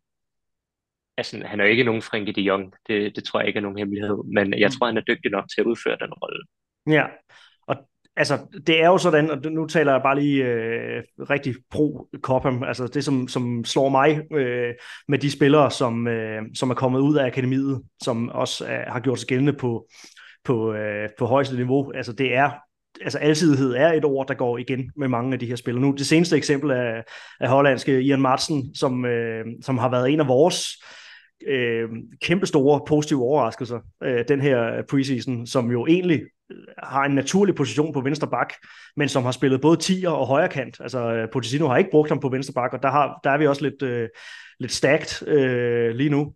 altså, han er jo ikke nogen Frenkie de Jong, det, det tror jeg ikke er nogen hemmelighed, men jeg tror, han er dygtig nok til at udføre den rolle. Ja, og altså, det er jo sådan, og nu taler jeg bare lige øh, rigtig pro-Cobham, altså det, som, som slår mig øh, med de spillere, som, øh, som er kommet ud af akademiet, som også er, har gjort sig gældende på, på, øh, på højeste niveau, altså det er, altså alsidighed er et ord, der går igen med mange af de her spillere. Nu, det seneste eksempel er, er hollandske Ian Maatsen, som, øh, som har været en af vores øh, kæmpe store positive overraskelser øh, den her preseason, som jo egentlig har en naturlig position på venstre bak, men som har spillet både tier og højre kant. Altså Pochettino har ikke brugt ham på venstre bak, og der, har, der er vi også lidt, øh, lidt stacked øh, lige nu.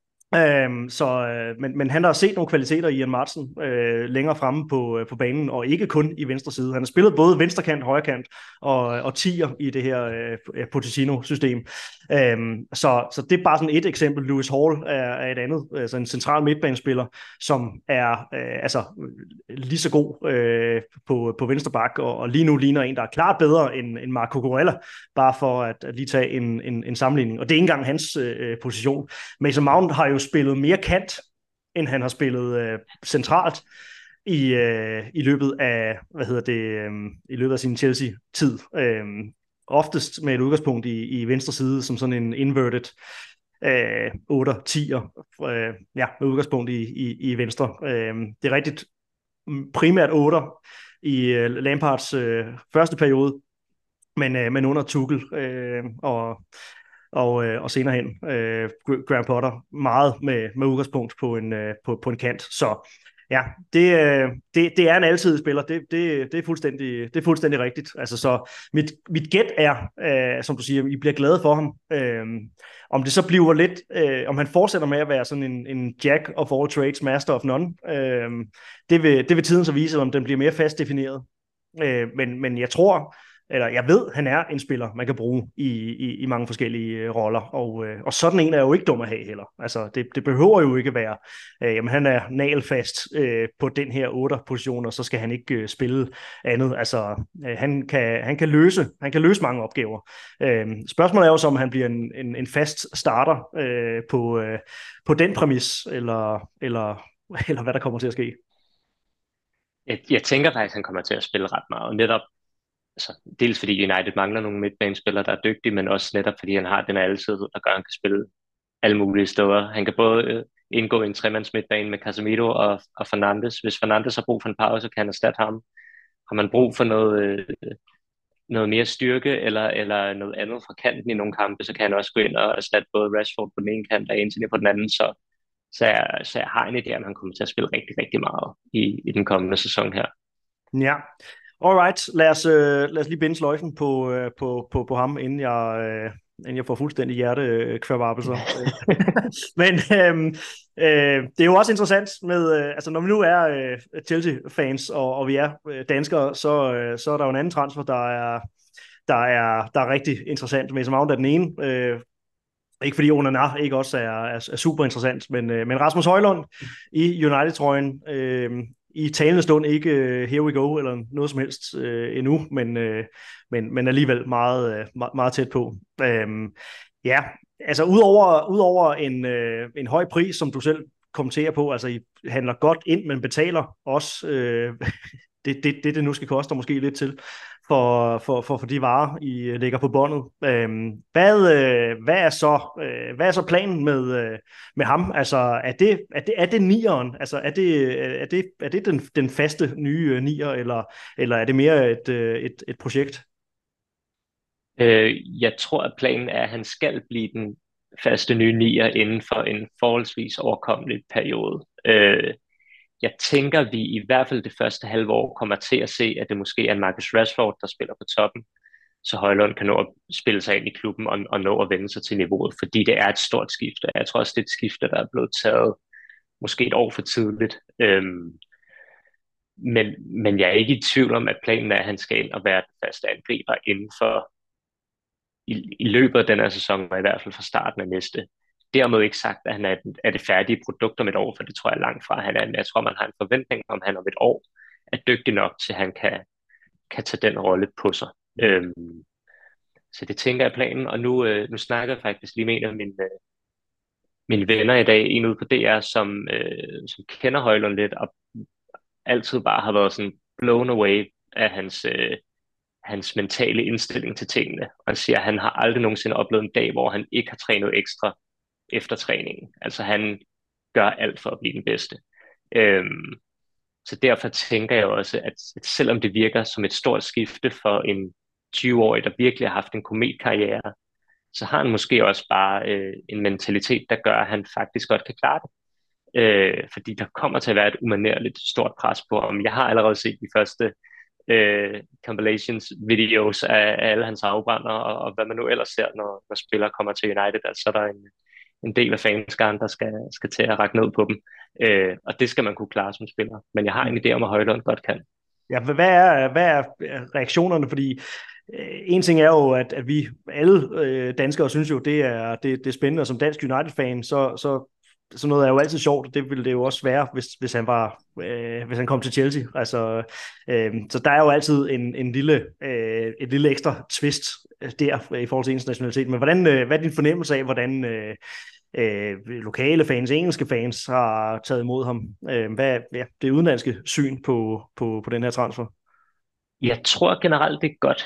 Øhm, så, øh, men, men han har set nogle kvaliteter i Ian Maatsen øh, længere fremme på, øh, på banen, og ikke kun i venstre side. Han har spillet både venstre kant, højre kant og, og tier i det her øh, Pochettino-system. Øhm, så, så det er bare sådan et eksempel. Lewis Hall er, er et andet, altså en central midtbanespiller, som er øh, altså lige så god øh, på, på venstre bak, og, og lige nu ligner en, der er klart bedre end, end Marco Corella, bare for at, at lige tage en, en, en sammenligning. Og det er ikke engang hans øh, position. Mason Mount har jo spillet mere kant, end han har spillet øh, centralt i, øh, i løbet af, hvad hedder det, øh, i løbet af sin Chelsea-tid. Øh, oftest med et udgangspunkt i, i venstre side, som sådan en inverted øh, otter tier, øh, ja, med udgangspunkt i, i, i venstre. Øh, det er rigtigt primært otter i øh, Lampards øh, første periode, men, øh, men under Tuchel øh, og og, øh, og senere hen øh, Graham Potter meget med, med udgangspunkt på en, øh, på, på en kant. Så ja, det, øh, det, det er en alsidig spiller. Det, det, det, er fuldstændig, det er fuldstændig rigtigt. Altså, så mit, mit gæt er, øh, som du siger, I bliver glade for ham. Øh, om det så bliver lidt, øh, om han fortsætter med at være sådan en, en jack of all trades, master of none, øh, det, vil, det vil tiden så vise, om den bliver mere fast defineret. Øh, men, men jeg tror, eller jeg ved, han er en spiller, man kan bruge i, i, i mange forskellige øh, roller, og, øh, og sådan en er jo ikke dum at have heller. Altså, det, det behøver jo ikke være, øh, jamen han er nagelfast øh, på den her otte position, og så skal han ikke øh, spille andet. Altså, øh, han, kan, han, kan løse, han kan løse mange opgaver. Øh, spørgsmålet er jo så, om han bliver en, en, en fast starter øh, på, øh, på den præmis, eller, eller, eller hvad der kommer til at ske. Jeg, jeg tænker faktisk, at han kommer til at spille ret meget, netop altså, dels fordi United mangler nogle midtbanespillere, der er dygtige, men også netop fordi han har den alsidighed, der gør, at han kan spille alle mulige steder. Han kan både øh, indgå i en tremands midtbane med Casemiro og, og Fernandes. Hvis Fernandes har brug for en pause, kan han erstatte ham. Har man brug for noget, øh, noget mere styrke eller, eller noget andet fra kanten i nogle kampe, så kan han også gå ind og erstatte både Rashford på den ene kant og Antony på den anden. Så, så, jeg, så jeg har en idé om, han kommer til at spille rigtig, rigtig meget i, i den kommende sæson her. Ja. Alright, lad os, øh, lad os lige binde sløjfen på, øh, på, på, på ham, inden jeg, øh, inden jeg får fuldstændig hjertekværvarpelser. Men øh, øh, det er jo også interessant med, øh, altså når vi nu er øh, Chelsea-fans, og, og vi er øh, danskere, så, øh, så er der jo en anden transfer, der er, der er, der er rigtig interessant. Mason Mount er den ene. Øh, ikke fordi Onana ikke også er, er, er super interessant, men, øh, men Rasmus Højlund i United-trøjen, øh, i talende stund ikke uh, here we go, eller noget som helst uh, endnu, men, uh, men, men alligevel meget, uh, meget, meget tæt på. Um, ja, altså udover, udover en, uh, en høj pris, som du selv kommenterer på, altså I handler godt ind, men betaler også uh, det, det, det, det nu skal koste, måske lidt til, for, for, for, for de varer, I lægger på båndet. Um, hvad, uh, hvad, er så, uh, hvad er så planen med, uh, med ham? Altså, er det, er det, er det nieren? Altså, er det, er det, er det den, den faste nye uh, nier, eller, eller er det mere et, uh, et, et projekt? Øh, jeg tror, at planen er, at han skal blive den faste nye nier inden for en forholdsvis overkommelig periode. Øh, Jeg tænker, vi i hvert fald det første halve år kommer til at se, at det måske er Marcus Rashford, der spiller på toppen, så Højlund kan nå at spille sig ind i klubben og, og nå at vende sig til niveauet, fordi det er et stort skifte. Jeg tror også, det er et skifte, der er blevet taget måske et år for tidligt. Øhm, men, men jeg er ikke i tvivl om, at planen er, at han skal ind og være den faste angriber inden for i, i løbet af den her sæson, og i hvert fald fra starten af næste. Dermed ikke sagt, at han er, er det færdige produkt om et år, for det tror jeg langt fra, han er. Men jeg tror, man har en forventning om, at han om et år er dygtig nok til, at han kan, kan tage den rolle på sig. Øhm, så det tænker jeg er planen, og nu, øh, nu snakker jeg faktisk lige med en af mine, øh, mine venner i dag, en ude på D R, som, øh, som kender Højlund lidt, og altid bare har været sådan blown away af hans, øh, hans mentale indstilling til tingene. Og han siger, at han har aldrig nogensinde oplevet en dag, hvor han ikke har trænet ekstra efter træningen. Altså han gør alt for at blive den bedste. Øhm, så derfor tænker jeg også, at, at selvom det virker som et stort skifte for en tyve-årig, der virkelig har haft en kometkarriere, så har han måske også bare øh, en mentalitet, der gør, at han faktisk godt kan klare det. Øh, fordi der kommer til at være et umanerligt stort pres på ham. Jeg har allerede set de første øh, compilations videos af, af alle hans afbrænder, og, og hvad man nu ellers ser, når, når spillere kommer til United. Altså, så er der en, en del af fanskaren, der skal, skal til at række ned på dem. Øh, og det skal man kunne klare som spiller. Men jeg har en idé om, at Højlund godt kan. Ja, hvad er, hvad er reaktionerne? Fordi øh, en ting er jo, at, at vi alle øh, danskere synes jo, det er, det, det er spændende, og som dansk United-fan, så, så sådan noget er jo altid sjovt, og det ville det jo også være, hvis, hvis han var, øh, hvis han kom til Chelsea. Altså, øh, så der er jo altid en, en lille, øh, et lille ekstra twist der i forhold til internationalitet. Men hvordan, øh, hvad er din fornemmelse af, hvordan øh, øh, lokale fans, engelske fans har taget imod ham? Øh, hvad er ja, det udenlandske syn på, på, på den her transfer? Jeg tror generelt, det er godt.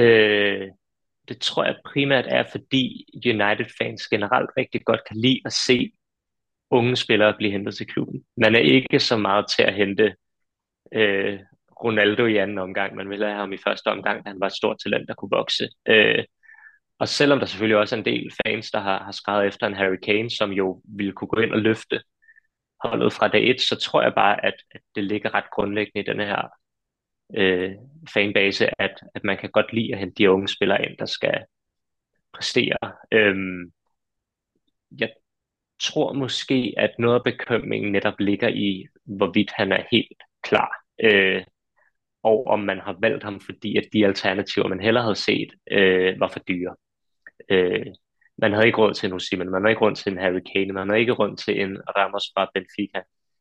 Øh, det tror jeg primært er, fordi United-fans generelt rigtig godt kan lide at se unge spillere blive hentet til klubben. Man er ikke så meget til at hente øh, Ronaldo i anden omgang. Man ville have ham i første omgang, da han var et stort talent, der kunne vokse. Øh, og selvom der selvfølgelig også er en del fans, der har, har skrevet efter en Harry Kane, som jo ville kunne gå ind og løfte holdet fra dag et, så tror jeg bare, at, at det ligger ret grundlæggende i denne her øh, fanbase, at, at man kan godt lide at hente de unge spillere ind, der skal præstere. Øh, jeg tror måske, at noget af bekymringen netop ligger i, hvorvidt han er helt klar, øh, og om man har valgt ham, fordi at de alternativer, man hellere havde set, øh, var for dyre. Øh, man havde ikke råd til en Osimhen, man havde ikke råd til en Harry Kane, man havde ikke råd til en Ramos fra Benfica.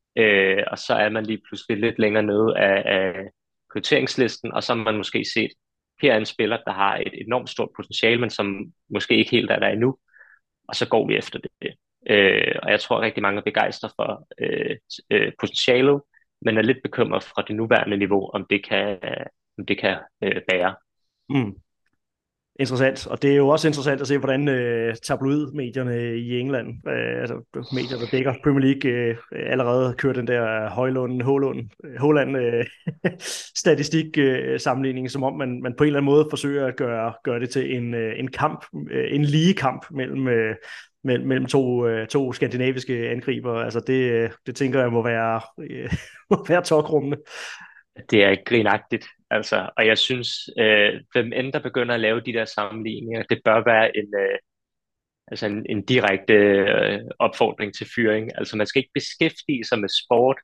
Øh, og så er man lige pludselig lidt længere nede af, af prioriteringslisten, og så har man måske set, her er en spiller, der har et enormt stort potentiale, men som måske ikke helt er der endnu, og så går vi efter det. Øh, og jeg tror rigtig mange er begejstret for øh, øh, potentialet, men er lidt bekymret fra det nuværende niveau, om det kan, om det kan øh, bære. Mm. Interessant, og det er jo også interessant at se, hvordan øh, tabloidmedierne i England, øh, altså medier, der dækker Premier League, øh, allerede kører den der Højlund, Hålund, Håland øh, statistik øh, sammenligning, som om man, man på en eller anden måde forsøger at gøre, gøre det til en, øh, en kamp, øh, en lige kamp mellem, øh, mellem, mellem to, øh, to skandinaviske angriber. Altså det, det tænker jeg må være, øh, må være tokrummende. Det er grinagtigt, altså, og jeg synes, øh, hvem end der begynder at lave de der sammenligninger, det bør være en, øh, altså en, en direkte øh, opfordring til fyring. Altså man skal ikke beskæftige sig med sport,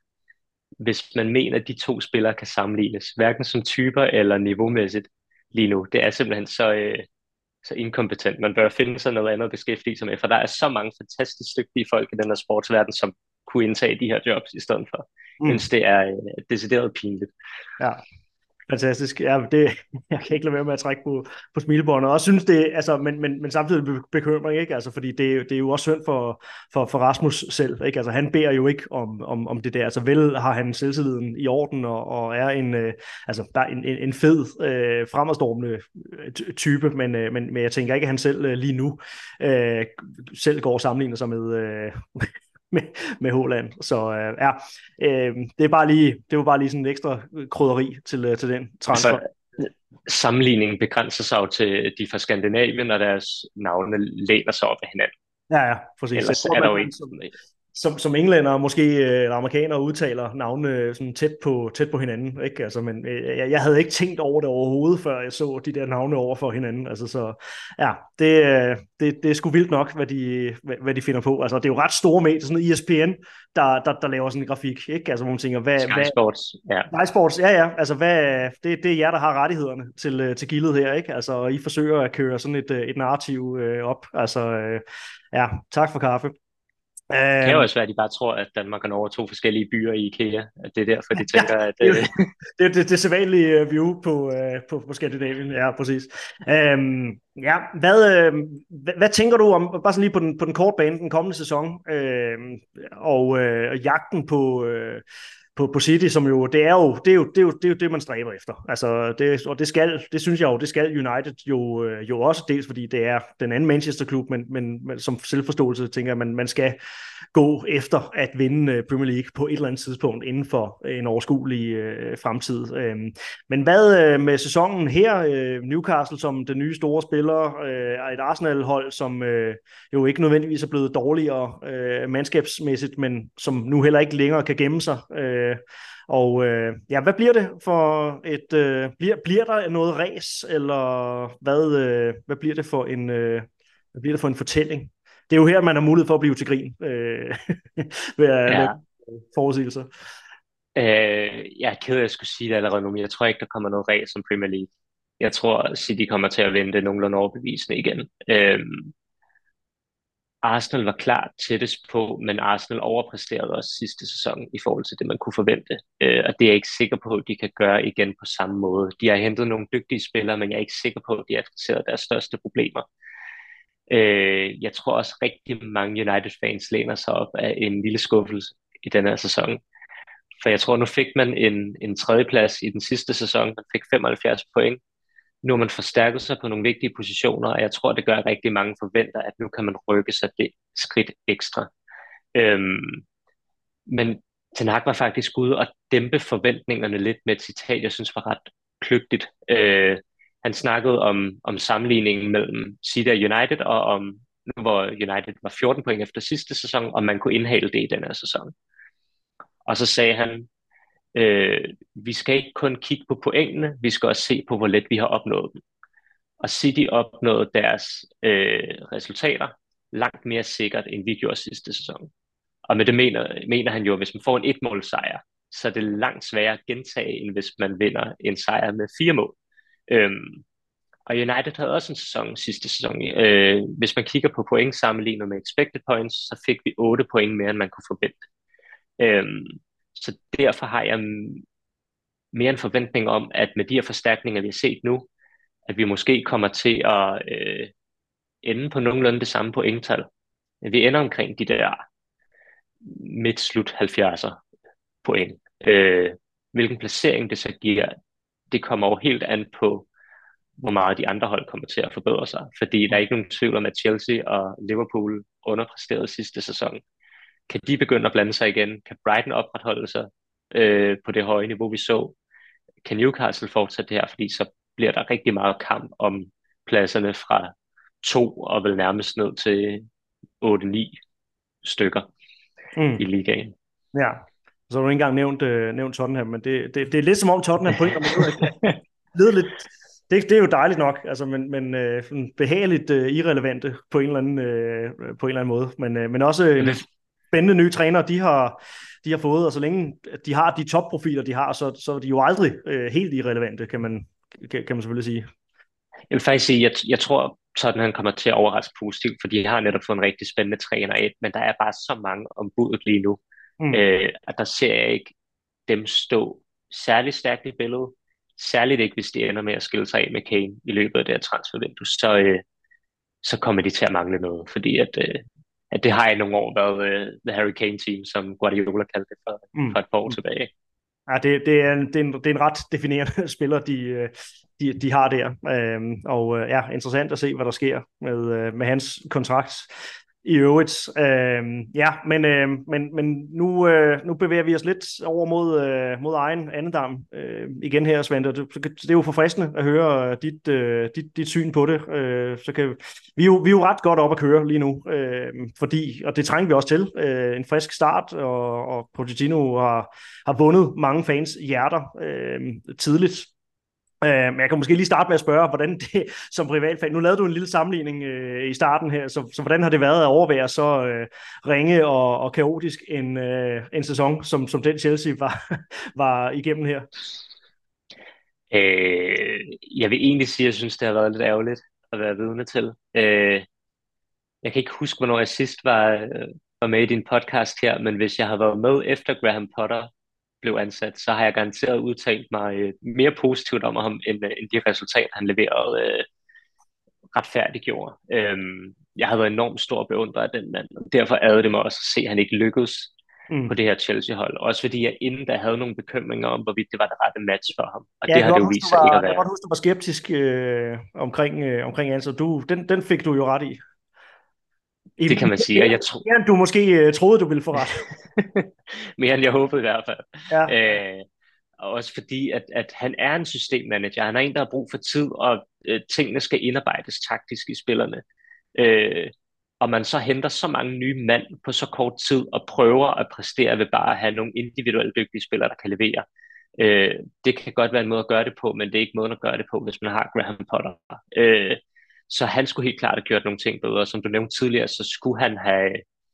hvis man mener, at de to spillere kan sammenlignes, hverken som typer eller niveaumæssigt lige nu. Det er simpelthen så, øh, så inkompetent. Man bør finde sig noget andet at beskæftige sig med, for der er så mange fantastisk dygtige folk i den her sportsverden, som kunne indtage de her jobs i stedet for. Mm. Mens det er øh, decideret pinligt. Ja, fantastisk. Ja, det, jeg kan ikke lade være med at trække på, på smilebåndet. Og også synes det, altså, men, men, men samtidig bekymring, ikke? Altså, fordi det, det er jo også synd for, for, for Rasmus selv, ikke? Altså, han beder jo ikke om, om, om det der. Altså, vel har han selvtilliden i orden, og, og er en, øh, altså, der er en, en, en fed, øh, fremadstormende type, men, øh, men, men jeg tænker ikke, at han selv øh, lige nu øh, selv går og sammenligner sig med... Øh, med, med Haaland. Så øh, ja, øh, det er bare lige, det var bare lige sådan en ekstra krydderi til, til den transfer. Altså, sammenligningen begrænser sig jo til de fra Skandinavien, og deres navne læner sig op af hinanden. Ja, ja, præcis. Ellers tror, er der jo man, ikke... som, som, som englænder måske øh, eller amerikanere udtaler navnene sådan tæt på, tæt på hinanden, ikke? Altså, men øh, jeg, jeg havde ikke tænkt over det overhovedet, før jeg så de der navne over for hinanden. Altså, så ja, det, øh, det, det er sgu vildt nok, hvad de, hvad, hvad de finder på. Altså, det er jo ret store medier, sådan E S P N, der, der, der laver sådan en grafik, ikke? Altså, hvor man tænker, hvad... Sky hvad, Sports, ja. Sky Sports, ja, ja. Altså, hvad, det, det er jer, der har rettighederne til, øh, til gildet her, ikke? Altså, og I forsøger at køre sådan et, øh, et narrativ øh, op. Altså, øh, ja, tak for kaffe. Det kan jo også være, at de bare tror, at Danmark er over to forskellige byer i IKEA. At det er derfor, de tænker, ja, at... det, Øh... det er det, det sædvanlige view på, uh, på, på Skandinavien. Ja, præcis. Um, ja, hvad, uh, hvad, hvad tænker du om, bare sådan lige på den, på den korte bane, den kommende sæson, uh, og uh, jagten på... Uh, På, på City, som jo, det er jo, det er jo, det er jo, det er jo det, man stræber efter. Altså, det, og det skal, det synes jeg jo, det skal United jo, jo også, dels fordi det er den anden Manchester-klub, men, men, men som selvforståelse tænker jeg, man, man skal gå efter at vinde Premier League på et eller andet tidspunkt inden for en overskuelig øh, fremtid. Øhm, men hvad øh, med sæsonen her? Øh, Newcastle som den nye store spiller, øh, et Arsenal-hold, som øh, jo ikke nødvendigvis er blevet dårligere øh, mandskabsmæssigt, men som nu heller ikke længere kan gemme sig. Øh, og øh, ja, hvad bliver det for et... Øh, bliver, bliver der noget ræs, eller hvad, øh, hvad bliver det for en... Øh, hvad bliver det for en fortælling? Det er jo her, man har mulighed for at blive til grin øh, ved at ja. lave forudsigelser. Øh, jeg er ked af at skulle sige det allerede nu, men jeg tror ikke, der kommer noget ræs som Premier League. Jeg tror, City kommer til at vinde nogenlunde overbevisende igen. Øh, Arsenal var klart tættest på, men Arsenal overpræsterede også sidste sæson i forhold til det, man kunne forvente. Øh, og det er jeg ikke sikker på, at de kan gøre igen på samme måde. De har hentet nogle dygtige spillere, men jeg er ikke sikker på, at de har adresseret deres største problemer. Øh, jeg tror også rigtig mange United-fans læner sig op af en lille skuffelse i denne her sæson. For jeg tror, nu fik man en, en tredjeplads i den sidste sæson. Man fik femoghalvfjerds point. Nu har man forstærket sig på nogle vigtige positioner, og jeg tror, det gør, at rigtig mange forventer, at nu kan man rykke sig det skridt ekstra. Øhm, men Ten Hag var faktisk ude og dæmpe forventningerne lidt med et citat, jeg synes var ret kløgtigt. Øh, han snakkede om, om sammenligningen mellem City og United, og om nu hvor United var fjorten point efter sidste sæson, og man kunne indhale det i den her sæson. Og så sagde han, øh, vi skal ikke kun kigge på pointene, vi skal også se på, hvor let vi har opnået dem. Og City opnåede deres øh, resultater langt mere sikkert, end vi gjorde sidste sæson. Og med det mener, mener han jo, at hvis man får en et-målsejr, så er det langt sværere at gentage, end hvis man vinder en sejr med fire mål. Øhm, og United havde også en sæson sidste sæson. Øh, hvis man kigger på point sammenlignet med expected points, så fik vi otte point mere, end man kunne forvente. Øhm, så derfor har jeg mere en forventning om, at med de her forstærkninger, vi har set nu, at vi måske kommer til at øh, ende på nogenlunde det samme pointtal. Vi ender omkring de der midt-slut halvfjerdser point. Øh, hvilken placering det så giver, det kommer jo helt an på, hvor meget de andre hold kommer til at forbedre sig. Fordi der er ikke nogen tvivl om, at Chelsea og Liverpool underpræsterede sidste sæson. Kan de begynde at blande sig igen? Kan Brighton opretholde sig øh, på det høje niveau, vi så? Kan Newcastle fortsætte det her? Fordi så bliver der rigtig meget kamp om pladserne fra to og vel nærmest ned til otte ni stykker mm. i ligaen. Ja, så har du ikke engang nævnt, øh, nævnt Tottenham, men det, det, det er lidt som om Tottenham på en eller anden måde lidt. Det, det er jo dejligt nok, altså, men, men øh, behageligt øh, irrelevante på en eller anden, øh, på en eller anden måde. Men, øh, men også en spændende nye træner, de har, de har fået, og så længe de har de topprofiler, de har, så, så er de jo aldrig øh, helt irrelevante, kan man, kan, kan man selvfølgelig sige. Jeg vil faktisk sige, jeg, jeg tror, Tottenham kommer til at overraske positivt, for de har netop fået en rigtig spændende træner ind, men der er bare så mange om budet lige nu, mm. øh, at der ser jeg ikke dem stå særlig stærkt i billedet. Særligt ikke, hvis de ender med at skille sig af med Kane i løbet af det her transfervindue, så, øh, så kommer de til at mangle noget, fordi at, øh, at det har i nogle år været øh, The Harry Kane Team, som Guardiola kaldte det for, mm. for et par år tilbage. Ja, det, det, er en, det, er en, det er en ret definerende spiller, de, de, de har der, øhm, og ja, interessant at se, hvad der sker med, med hans kontrakt. i øvrigt. Øh, ja, men, øh, men, men nu, øh, nu bevæger vi os lidt over mod, øh, mod egen andendam øh, igen her, Svante. Det, det er jo forfriskende at høre dit, øh, dit, dit syn på det. Øh, så kan, vi, er jo, vi er jo ret godt op at køre lige nu, øh, fordi, og det trænger vi også til, øh, en frisk start, og, og Pochettino har, har vundet mange fans hjerter øh, tidligt. Uh, men jeg kan måske lige starte med at spørge, hvordan det som privatfan, nu lavede du en lille sammenligning uh, i starten her, så, så hvordan har det været at overvære så uh, ringe og, og kaotisk en, uh, en sæson, som, som den Chelsea var, var igennem her? Øh, jeg vil egentlig sige, at jeg synes, det har været lidt ærgerligt at være vidne til. Øh, jeg kan ikke huske, hvornår jeg sidst var, øh, var med i din podcast her, men hvis jeg havde været med efter Graham Potter blev ansat, så har jeg garanteret udtalt mig øh, mere positivt om ham, end, øh, end de resultater, han leverede øh, retfærdiggjorde. Øhm, jeg havde været enormt stor beundrer af den mand, og derfor ærede det mig også at se, at han ikke lykkedes Mm. på det her Chelsea-hold. Også fordi jeg inden da havde nogle bekymringer om, hvorvidt det var det rette match for ham. Og Ja, det har det jo huske, vist sig var, ikke at jeg kan være. godt huske, du var skeptisk øh, omkring, øh, omkring altså. Du, den, den fik du jo ret i. I Det kan man sige, og jeg tror mere end du måske øh, troede, du ville få ret. mere end jeg håbede i hvert fald. Ja. Øh, og også fordi, at, at han er en systemmanager. Han er en, der har brug for tid, og øh, tingene skal indarbejdes taktisk i spillerne. Øh, og man så henter så mange nye mand på så kort tid, og prøver at præstere ved bare at have nogle individuelt dygtige spillere, der kan levere. Øh, det kan godt være en måde at gøre det på, men det er ikke måden at gøre det på, hvis man har Graham Potter. Øh, så han skulle helt klart have gjort nogle ting bedre. Som du nævnte tidligere, så skulle han have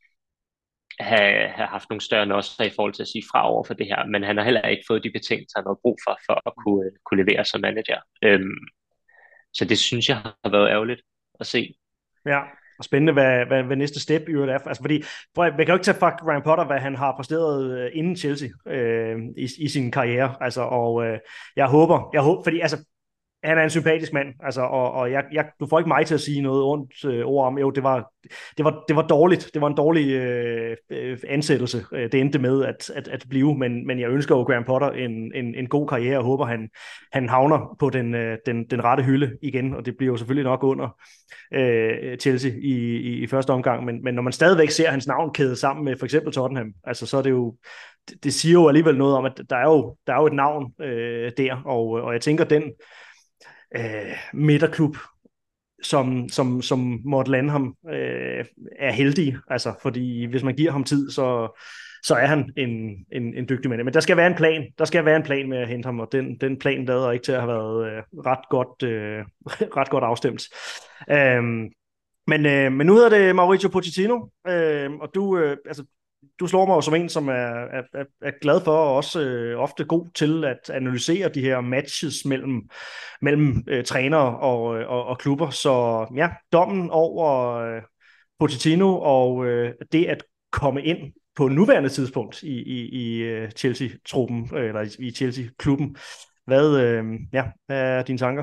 have, have haft nogle større nosser i forhold til at sige fra over for det her, men han har heller ikke fået de betingelser, han har brug for, for at kunne, kunne levere som manager. Øhm, så det synes jeg har været ærgerligt at se. Ja, og spændende, hvad, hvad, hvad næste step i øvrigt er. Altså, fordi, for, man kan jo ikke tage fra Graham Potter, hvad han har præsteret øh, inden Chelsea øh, i, i sin karriere. Altså, og øh, jeg håber, jeg håber, fordi altså, han er en sympatisk mand, altså, og, og jeg, jeg, du får ikke mig til at sige noget ondt øh, ord om, jo, det var, det, var, det var dårligt, det var en dårlig øh, øh, ansættelse, det endte med at, at, at blive, men, men jeg ønsker jo Graham Potter en, en, en god karriere, og håber, han, han havner på den, øh, den, den rette hylde igen, og det bliver jo selvfølgelig nok under øh, Chelsea i, i, i første omgang, men, men når man stadigvæk ser hans navn kædet sammen med for eksempel Tottenham, altså så er det jo, det, det siger jo alligevel noget om, at der er jo, der er jo et navn øh, der, og, og jeg tænker, den Øh, midterklub, som, som, som måtte lande ham, øh, er heldig, altså, fordi hvis man giver ham tid, så, så er han en, en, en dygtig mand. Men der skal være en plan, der skal være en plan med at hente ham, og den, den plan lader ikke til at have været øh, ret, godt, øh, ret godt afstemt. Øh, men, øh, men nu hedder det Mauricio Pochettino, øh, og du, øh, altså, du slår mig jo som en, som er, er, er glad for, og også øh, ofte god til at analysere de her matches mellem, mellem øh, trænere og, og, og klubber. Så ja, dommen over øh, Pochettino og øh, det at komme ind på nuværende tidspunkt i, i, i Chelsea-truppen, eller i, i Chelsea-klubben. Hvad, øh, ja, hvad er dine tanker?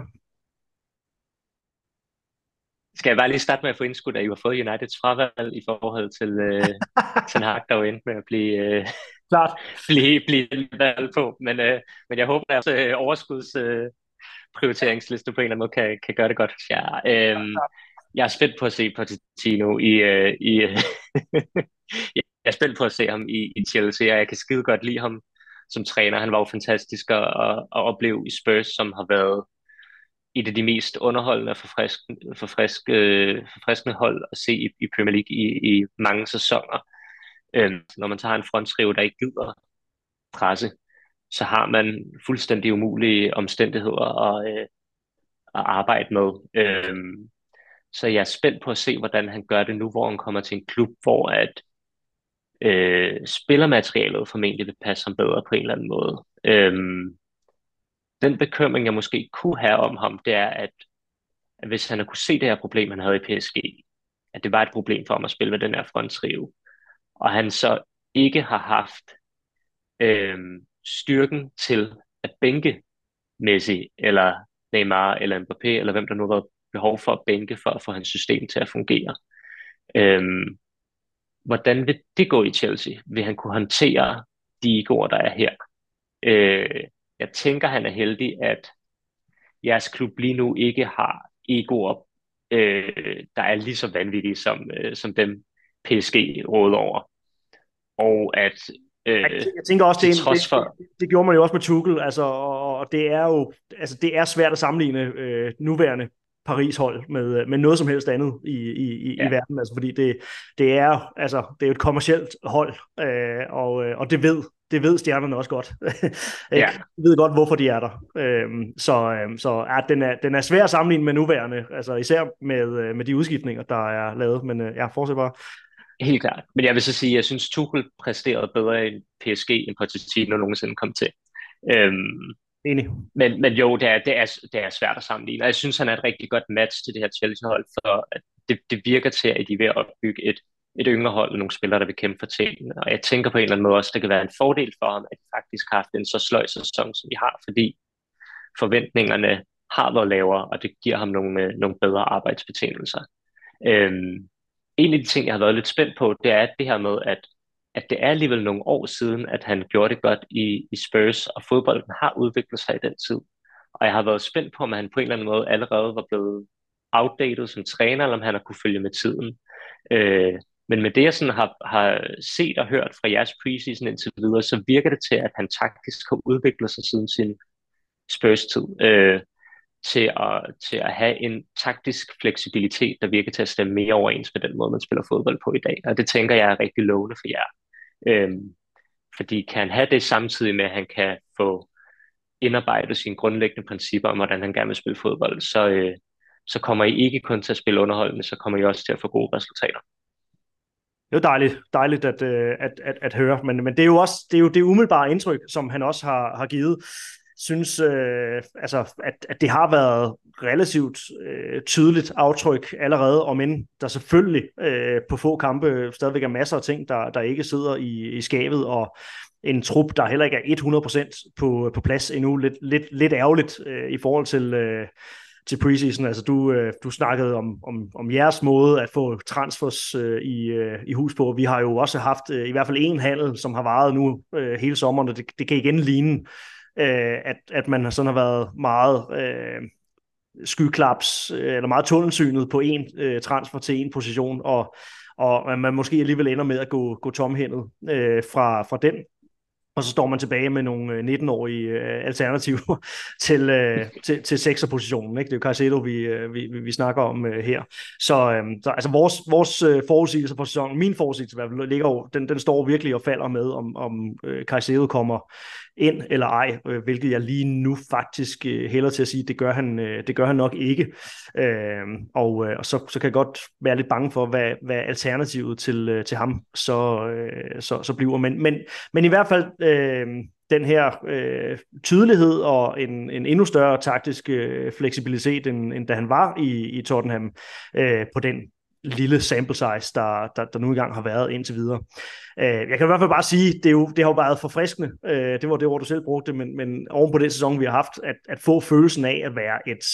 Skal jeg bare lige starte med at få indskudt, at I har fået Uniteds fravalg i forhold til øh, Ten Hag, der jo endte med at blive, øh, Klart. blive, blive valgt på. Men, øh, men jeg håber, at også øh, overskuds øh, prioriteringsliste på en eller anden måde kan, kan gøre det godt. Ja, øh, jeg er spændt på at se Pochettino i... Øh, i øh, jeg er spændt på at se ham i, i Chelsea, og jeg kan skide godt lide ham som træner. Han var jo fantastisk at, at, at opleve i Spurs, som har været et af de mest underholdende og forfriskende, forfriskende, forfriskende hold at se i, i Premier League i, i mange sæsoner. Øhm, når man tager en fronttrio, der ikke gider presse, så har man fuldstændig umulige omstændigheder at, øh, at arbejde med. Øhm, så jeg er spændt på at se, hvordan han gør det nu, hvor han kommer til en klub, hvor at øh, spillermaterialet formentlig vil passe ham bedre på en eller anden måde. Øhm, Den bekymring, jeg måske kunne have om ham, det er, at, at hvis han havde kunne se det her problem, han havde i P S G, at det var et problem for ham at spille med den her fronttrio, og han så ikke har haft øh, styrken til at bænke Messi, eller Neymar, eller Mbappé, eller hvem der nu var behov for at bænke, for at få hans system til at fungere. Øh, hvordan vil det gå i Chelsea? Vil han kunne håndtere de egoer, der er her? Øh, jeg tænker, han er heldig, at jeres klub lige nu ikke har egoer, øh, der er lige så vanvittige som, øh, som dem, P S G råder over. Og at Jeg øh, jeg tænker også, til det, er en- trods det, for... det, det gjorde man jo også med Tuchel, altså, og, og det er jo altså, det er svært at sammenligne øh, nuværende Paris-hold med, med noget som helst andet i, i, i, i Ja, verden, altså, fordi det, det er altså det er jo et kommercielt hold, øh, og, øh, og det ved det ved stjernerne også godt. ja, Ikke? De ved godt, hvorfor de er der. Øhm, så øhm, så ja, den, er, den er svær at sammenligne med nuværende, altså især med, øh, med de udskiftninger, der er lavet, men øh, ja, fortsæt bare. helt klart. Men jeg vil så sige, at jeg synes, Tuchel præsterede bedre i P S G, end Pochettino nogensinde kom til. Øhm, Enig. men, men jo, det er, det, er, det er svært at sammenligne. Og jeg synes, han er et rigtig godt match til det her Chelsea-hold, for at det, det virker til, at de er ved at opbygge et, et yngre hold og nogle spillere, der vil kæmpe for tingene. Og jeg tænker på en eller anden måde også, at det kan være en fordel for ham, at de faktisk har haft en så sløj sæson, som de har, fordi forventningerne har været lavere, og det giver ham nogle, øh, nogle bedre arbejdsbetingelser. Øhm, en af de ting, jeg har været lidt spændt på, det er det her med, at, at det er alligevel nogle år siden, at han gjorde det godt i, i Spurs, og fodbolden har udviklet sig i den tid. Og jeg har været spændt på, om han på en eller anden måde allerede var blevet outdated som træner, eller om han har kunne følge med tiden. Øh, men med det, jeg sådan har, har set og hørt fra jeres preseason indtil videre, så virker det til, at han taktisk har udviklet sig siden sin Spurs-tid. Øh, til at, til at have en taktisk fleksibilitet, der virker til at stemme mere overens med den måde, man spiller fodbold på i dag. Og det tænker jeg er rigtig lovende for jer. Øhm, fordi kan han have det samtidig med, at han kan få indarbejdet sine grundlæggende principper om, hvordan han gerne vil spille fodbold, så, øh, så kommer I ikke kun til at spille underholdende, så kommer I også til at få gode resultater. Det er jo dejligt, dejligt at, øh, at, at, at høre, men, men det er jo også det, er jo det umiddelbare indtryk, som han også har, har givet. Synes, øh, altså, at, at det har været relativt øh, tydeligt aftryk allerede, om end der selvfølgelig øh, på få kampe stadigvæk er masser af ting, der, der ikke sidder i, i skabet, og en trup, der heller ikke er hundrede procent på, på plads endnu. Lidt, lidt, lidt ærgerligt øh, i forhold til... Øh, til preseason. Altså du, øh, du snakkede om, om, om jeres måde at få transfers øh, i, øh, i hus på. Vi har jo også haft øh, i hvert fald en handel, som har varet nu øh, hele sommeren, og det, det kan igen ligne, øh, at, at man sådan har været meget øh, skyklaps, øh, eller meget tunnelsynet på en øh, transfer til en position, og, og man måske alligevel ender med at gå, gå tomhændet øh, fra, fra den. Og så står man tilbage med nogle nitten-årige øh, alternativer til, øh, til, til sekserpositionen. Ikke? Det er jo Caicedo, vi, øh, vi, vi snakker om øh, her. Så, øh, så altså vores, vores øh, forudsigelser for sæsonen, min forudsigelse i hvert fald, ligger over, den, den står virkelig og falder med, om, om øh, Caicedo kommer ind eller ej, øh, hvilket jeg lige nu faktisk øh, hælder til at sige, det gør han, øh, det gør han nok ikke. Øh, og øh, og så, så kan jeg godt være lidt bange for, hvad, hvad alternativet til, øh, til ham så, øh, så, så bliver. Men, men, men i hvert fald øh, den her øh, tydelighed og en, en endnu større taktisk øh, fleksibilitet, end, end da han var i, i Tottenham, øh, på den lille sample size, der, der, der nu engang har været indtil videre. Øh, jeg kan i hvert fald bare sige, det, er jo, det har jo været forfriskende. Øh, det var det ord, du selv brugte, men, men oven på den sæson, vi har haft, at, at få følelsen af at være et...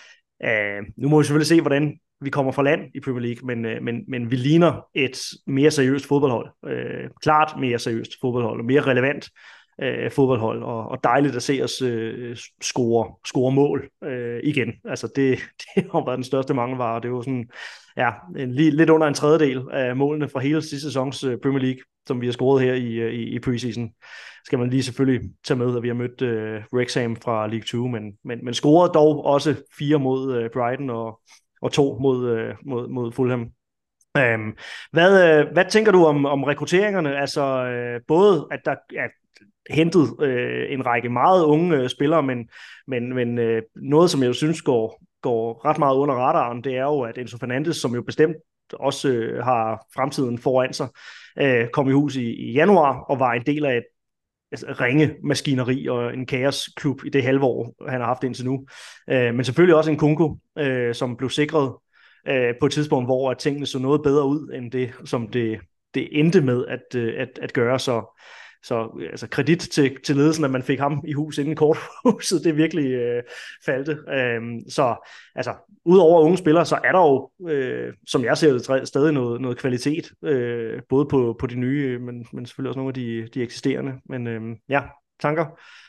Øh, nu må vi selvfølgelig se, hvordan vi kommer fra land i Premier League, men, øh, men, men vi ligner et mere seriøst fodboldhold. Øh, klart mere seriøst fodboldhold, og mere relevant øh, fodboldhold, og, og dejligt at se os øh, score, score mål øh, igen. Altså det, det har været den største mangelvare. Det var sådan, ja, en, lige, lidt under en tredjedel af målene fra hele sidste sæsons øh, Premier League, som vi har scoret her i, i, i preseason. Skal man lige selvfølgelig tage med, at vi har mødt øh, Wrexham fra League to, men, men, men scorede dog også fire mod øh, Brighton og, og to mod, øh, mod, mod Fulham. Øhm, hvad, øh, hvad tænker du om, om rekrutteringerne? Altså øh, både, at der er hentet øh, en række meget unge øh, spillere, men, men, men øh, noget, som jeg jo synes går, går ret meget under radaren, det er jo, at Enzo Fernandes, som jo bestemt også øh, har fremtiden foran sig, øh, kom i hus i, i januar og var en del af et altså, ringe maskineri og en kaosklub i det halve år, han har haft indtil nu. Øh, men selvfølgelig også en Kunku, øh, som blev sikret øh, på et tidspunkt, hvor at tingene så noget bedre ud, end det, som det, det endte med at, øh, at, at gøre. Så, så altså, kredit til, til ledelsen, at man fik ham i hus inden korthuset, det virkelig øh, faldt. Øh, så altså, udover unge spillere, så er der jo, øh, som jeg ser det, stadig noget, noget kvalitet, øh, både på, på de nye, men, men selvfølgelig også nogle af de, de eksisterende. Men øh, ja, tanker?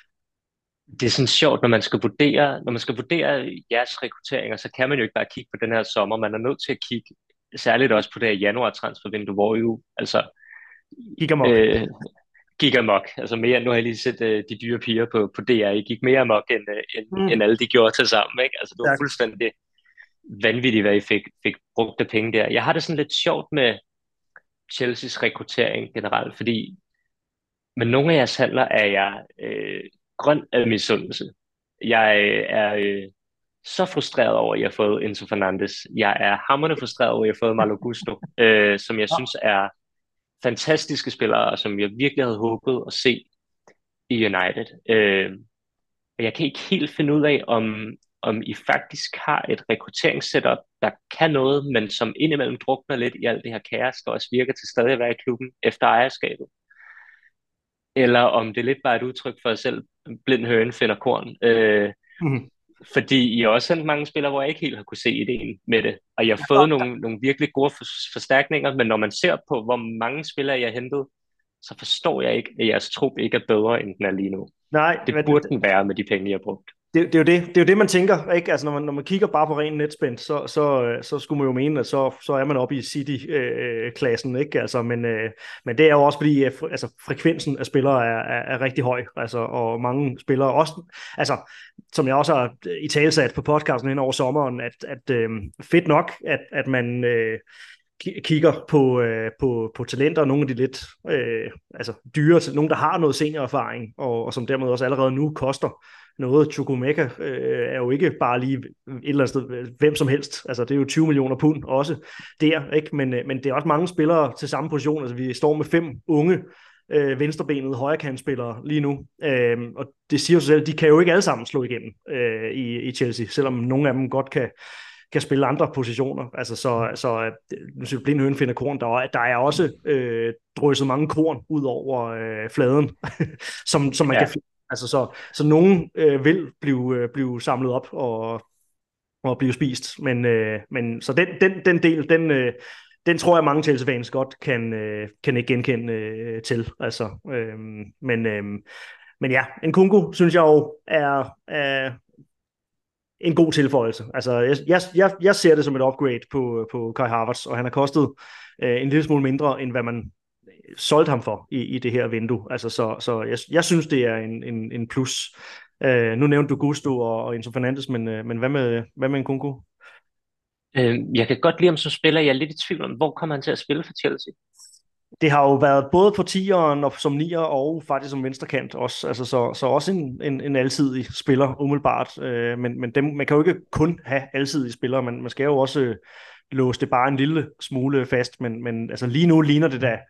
Det er sådan sjovt, når man skal vurdere, når man skal vurdere jeres rekrutteringer, så kan man jo ikke bare kigge på den her sommer. Man er nødt til at kigge særligt også på det her januar-transfervindue, hvor jo altså Gik amok. øh, gik amok. Altså mere, nu har jeg lige set øh, de dyre piger på, på D R, I gik mere amok, end, øh, end, Mm. end alle de gjorde til sammen. Ikke? Altså det var Ja. fuldstændig vanvittigt, hvad I fik, fik brugt af penge der. Jeg har det sådan lidt sjovt med Chelseas rekruttering generelt, fordi med nogle af jeres handler er jeg øh, grøn af misundelse. Jeg øh, er øh, så frustreret over, at jeg har fået Enzo Fernandes. Jeg er hamrende frustreret over, at jeg har fået Malo Gusto, øh, som jeg synes er fantastiske spillere, og som jeg virkelig havde håbet at se i United. Øh, og jeg kan ikke helt finde ud af, om, om I faktisk har et rekrutteringssetup, der kan noget, men som indimellem drukner lidt i alt det her kaos, der også virker til stadig at være i klubben efter ejerskabet. Eller om det lidt bare er et udtryk for at selv blind høne finder korn. Øh, Mm. fordi I har også sendt mange spillere, hvor jeg ikke helt har kunne se ideen med det. Og jeg har fået nogle, nogle virkelig gode forstærkninger, men når man ser på, hvor mange spillere jeg har hentet, så forstår jeg ikke, at jeres trup ikke er bedre, end den er lige nu. Nej, Det men- burde den være med de penge, jeg har brugt. Det, det, er jo det, det er jo det, man tænker, ikke? Altså, når man, når man kigger bare på ren netspend, så, så, øh, så skulle man jo mene, at så, så er man oppe i City-klassen, ikke? Altså, men, øh, men det er jo også fordi, at fre- altså, frekvensen af spillere er, er, er rigtig høj, altså, og mange spillere også, altså, som jeg også har i talesat på podcasten hen over sommeren, at, at øh, fedt nok, at, at man øh, ki- kigger på, øh, på, på talenter, nogle af de lidt øh, altså, dyre, nogle der har noget seniorerfaring, og, og som dermed også allerede nu koster noget. Chukwuemeka øh, er jo ikke bare lige et eller andet sted, hvem som helst. Altså, det er jo tyve millioner pund også der, ikke? Men, øh, men det er også mange spillere til samme position. Altså, vi står med fem unge øh, venstrebenede højrekantspillere lige nu. Øh, og det siger sig selv, de kan jo ikke alle sammen slå igennem øh, i, i Chelsea, selvom nogle af dem godt kan kan spille andre positioner. Altså, så, så nu siger du, blind høne finder korn. Der er, der er også øh, drysset mange korn ud over øh, fladen, som, som man Ja. kan finde. Altså, så, så nogen øh, vil blive, øh, blive samlet op og, og blive spist. Men, øh, men så den, den, den del, den, øh, den tror jeg, mange Chelsea-fans godt kan, øh, kan ikke genkende øh, til. Altså, øh, men, øh, men ja, Nkunku, synes jeg jo, er, er en god tilføjelse. Altså, jeg, jeg, jeg, jeg ser det som et upgrade på, på Kai Havertz, og han har kostet øh, en lille smule mindre, end hvad man solgte ham for i, i det her vindue. Altså, så så jeg, jeg synes, det er en, en, en plus. Øh, nu nævnte du Gusto og, og Enzo Fernandes, men, øh, men hvad med, hvad med Nkunku? Øh, jeg kan godt lide ham som spiller. Jeg er lidt i tvivl om, hvor kommer han til at spille for Chelsea? Det har jo været både på tieren og som nier og faktisk som venstrekant også, altså så, så også en, en, en alsidig spiller umiddelbart, øh, men, men dem, man kan jo ikke kun have alsidige spillere, man, man skal jo også øh, låse det bare en lille smule fast, men, men altså lige nu ligner det da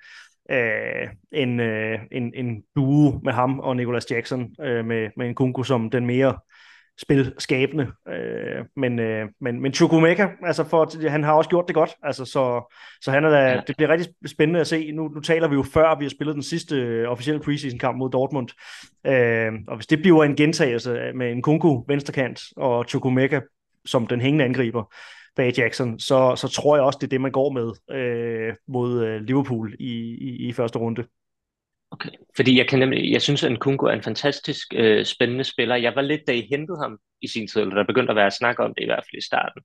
øh, en, øh, en, en duo med ham og Nicolas Jackson, øh, med, med Nkunku som den mere spilskabende, øh, men, øh, men, men Chukwuemeka, altså for, han har også gjort det godt, altså så, så han er da, Ja. det bliver rigtig spændende at se. Nu, nu taler vi jo før, vi har spillet den sidste øh, officielle preseason-kamp mod Dortmund, øh, og hvis det bliver en gentagelse med en Nkunku venstrekant og Chukwuemeka som den hængende angriber bag Jackson, så, så tror jeg også, det er det, man går med øh, mod øh, Liverpool i, i, i første runde. Okay. Fordi jeg kan nemlig, jeg synes, at Nkunku er en fantastisk øh, spændende spiller. Jeg var lidt, da I hentede ham i sin tid, eller der begyndte at være snak om det, i hvert fald i starten,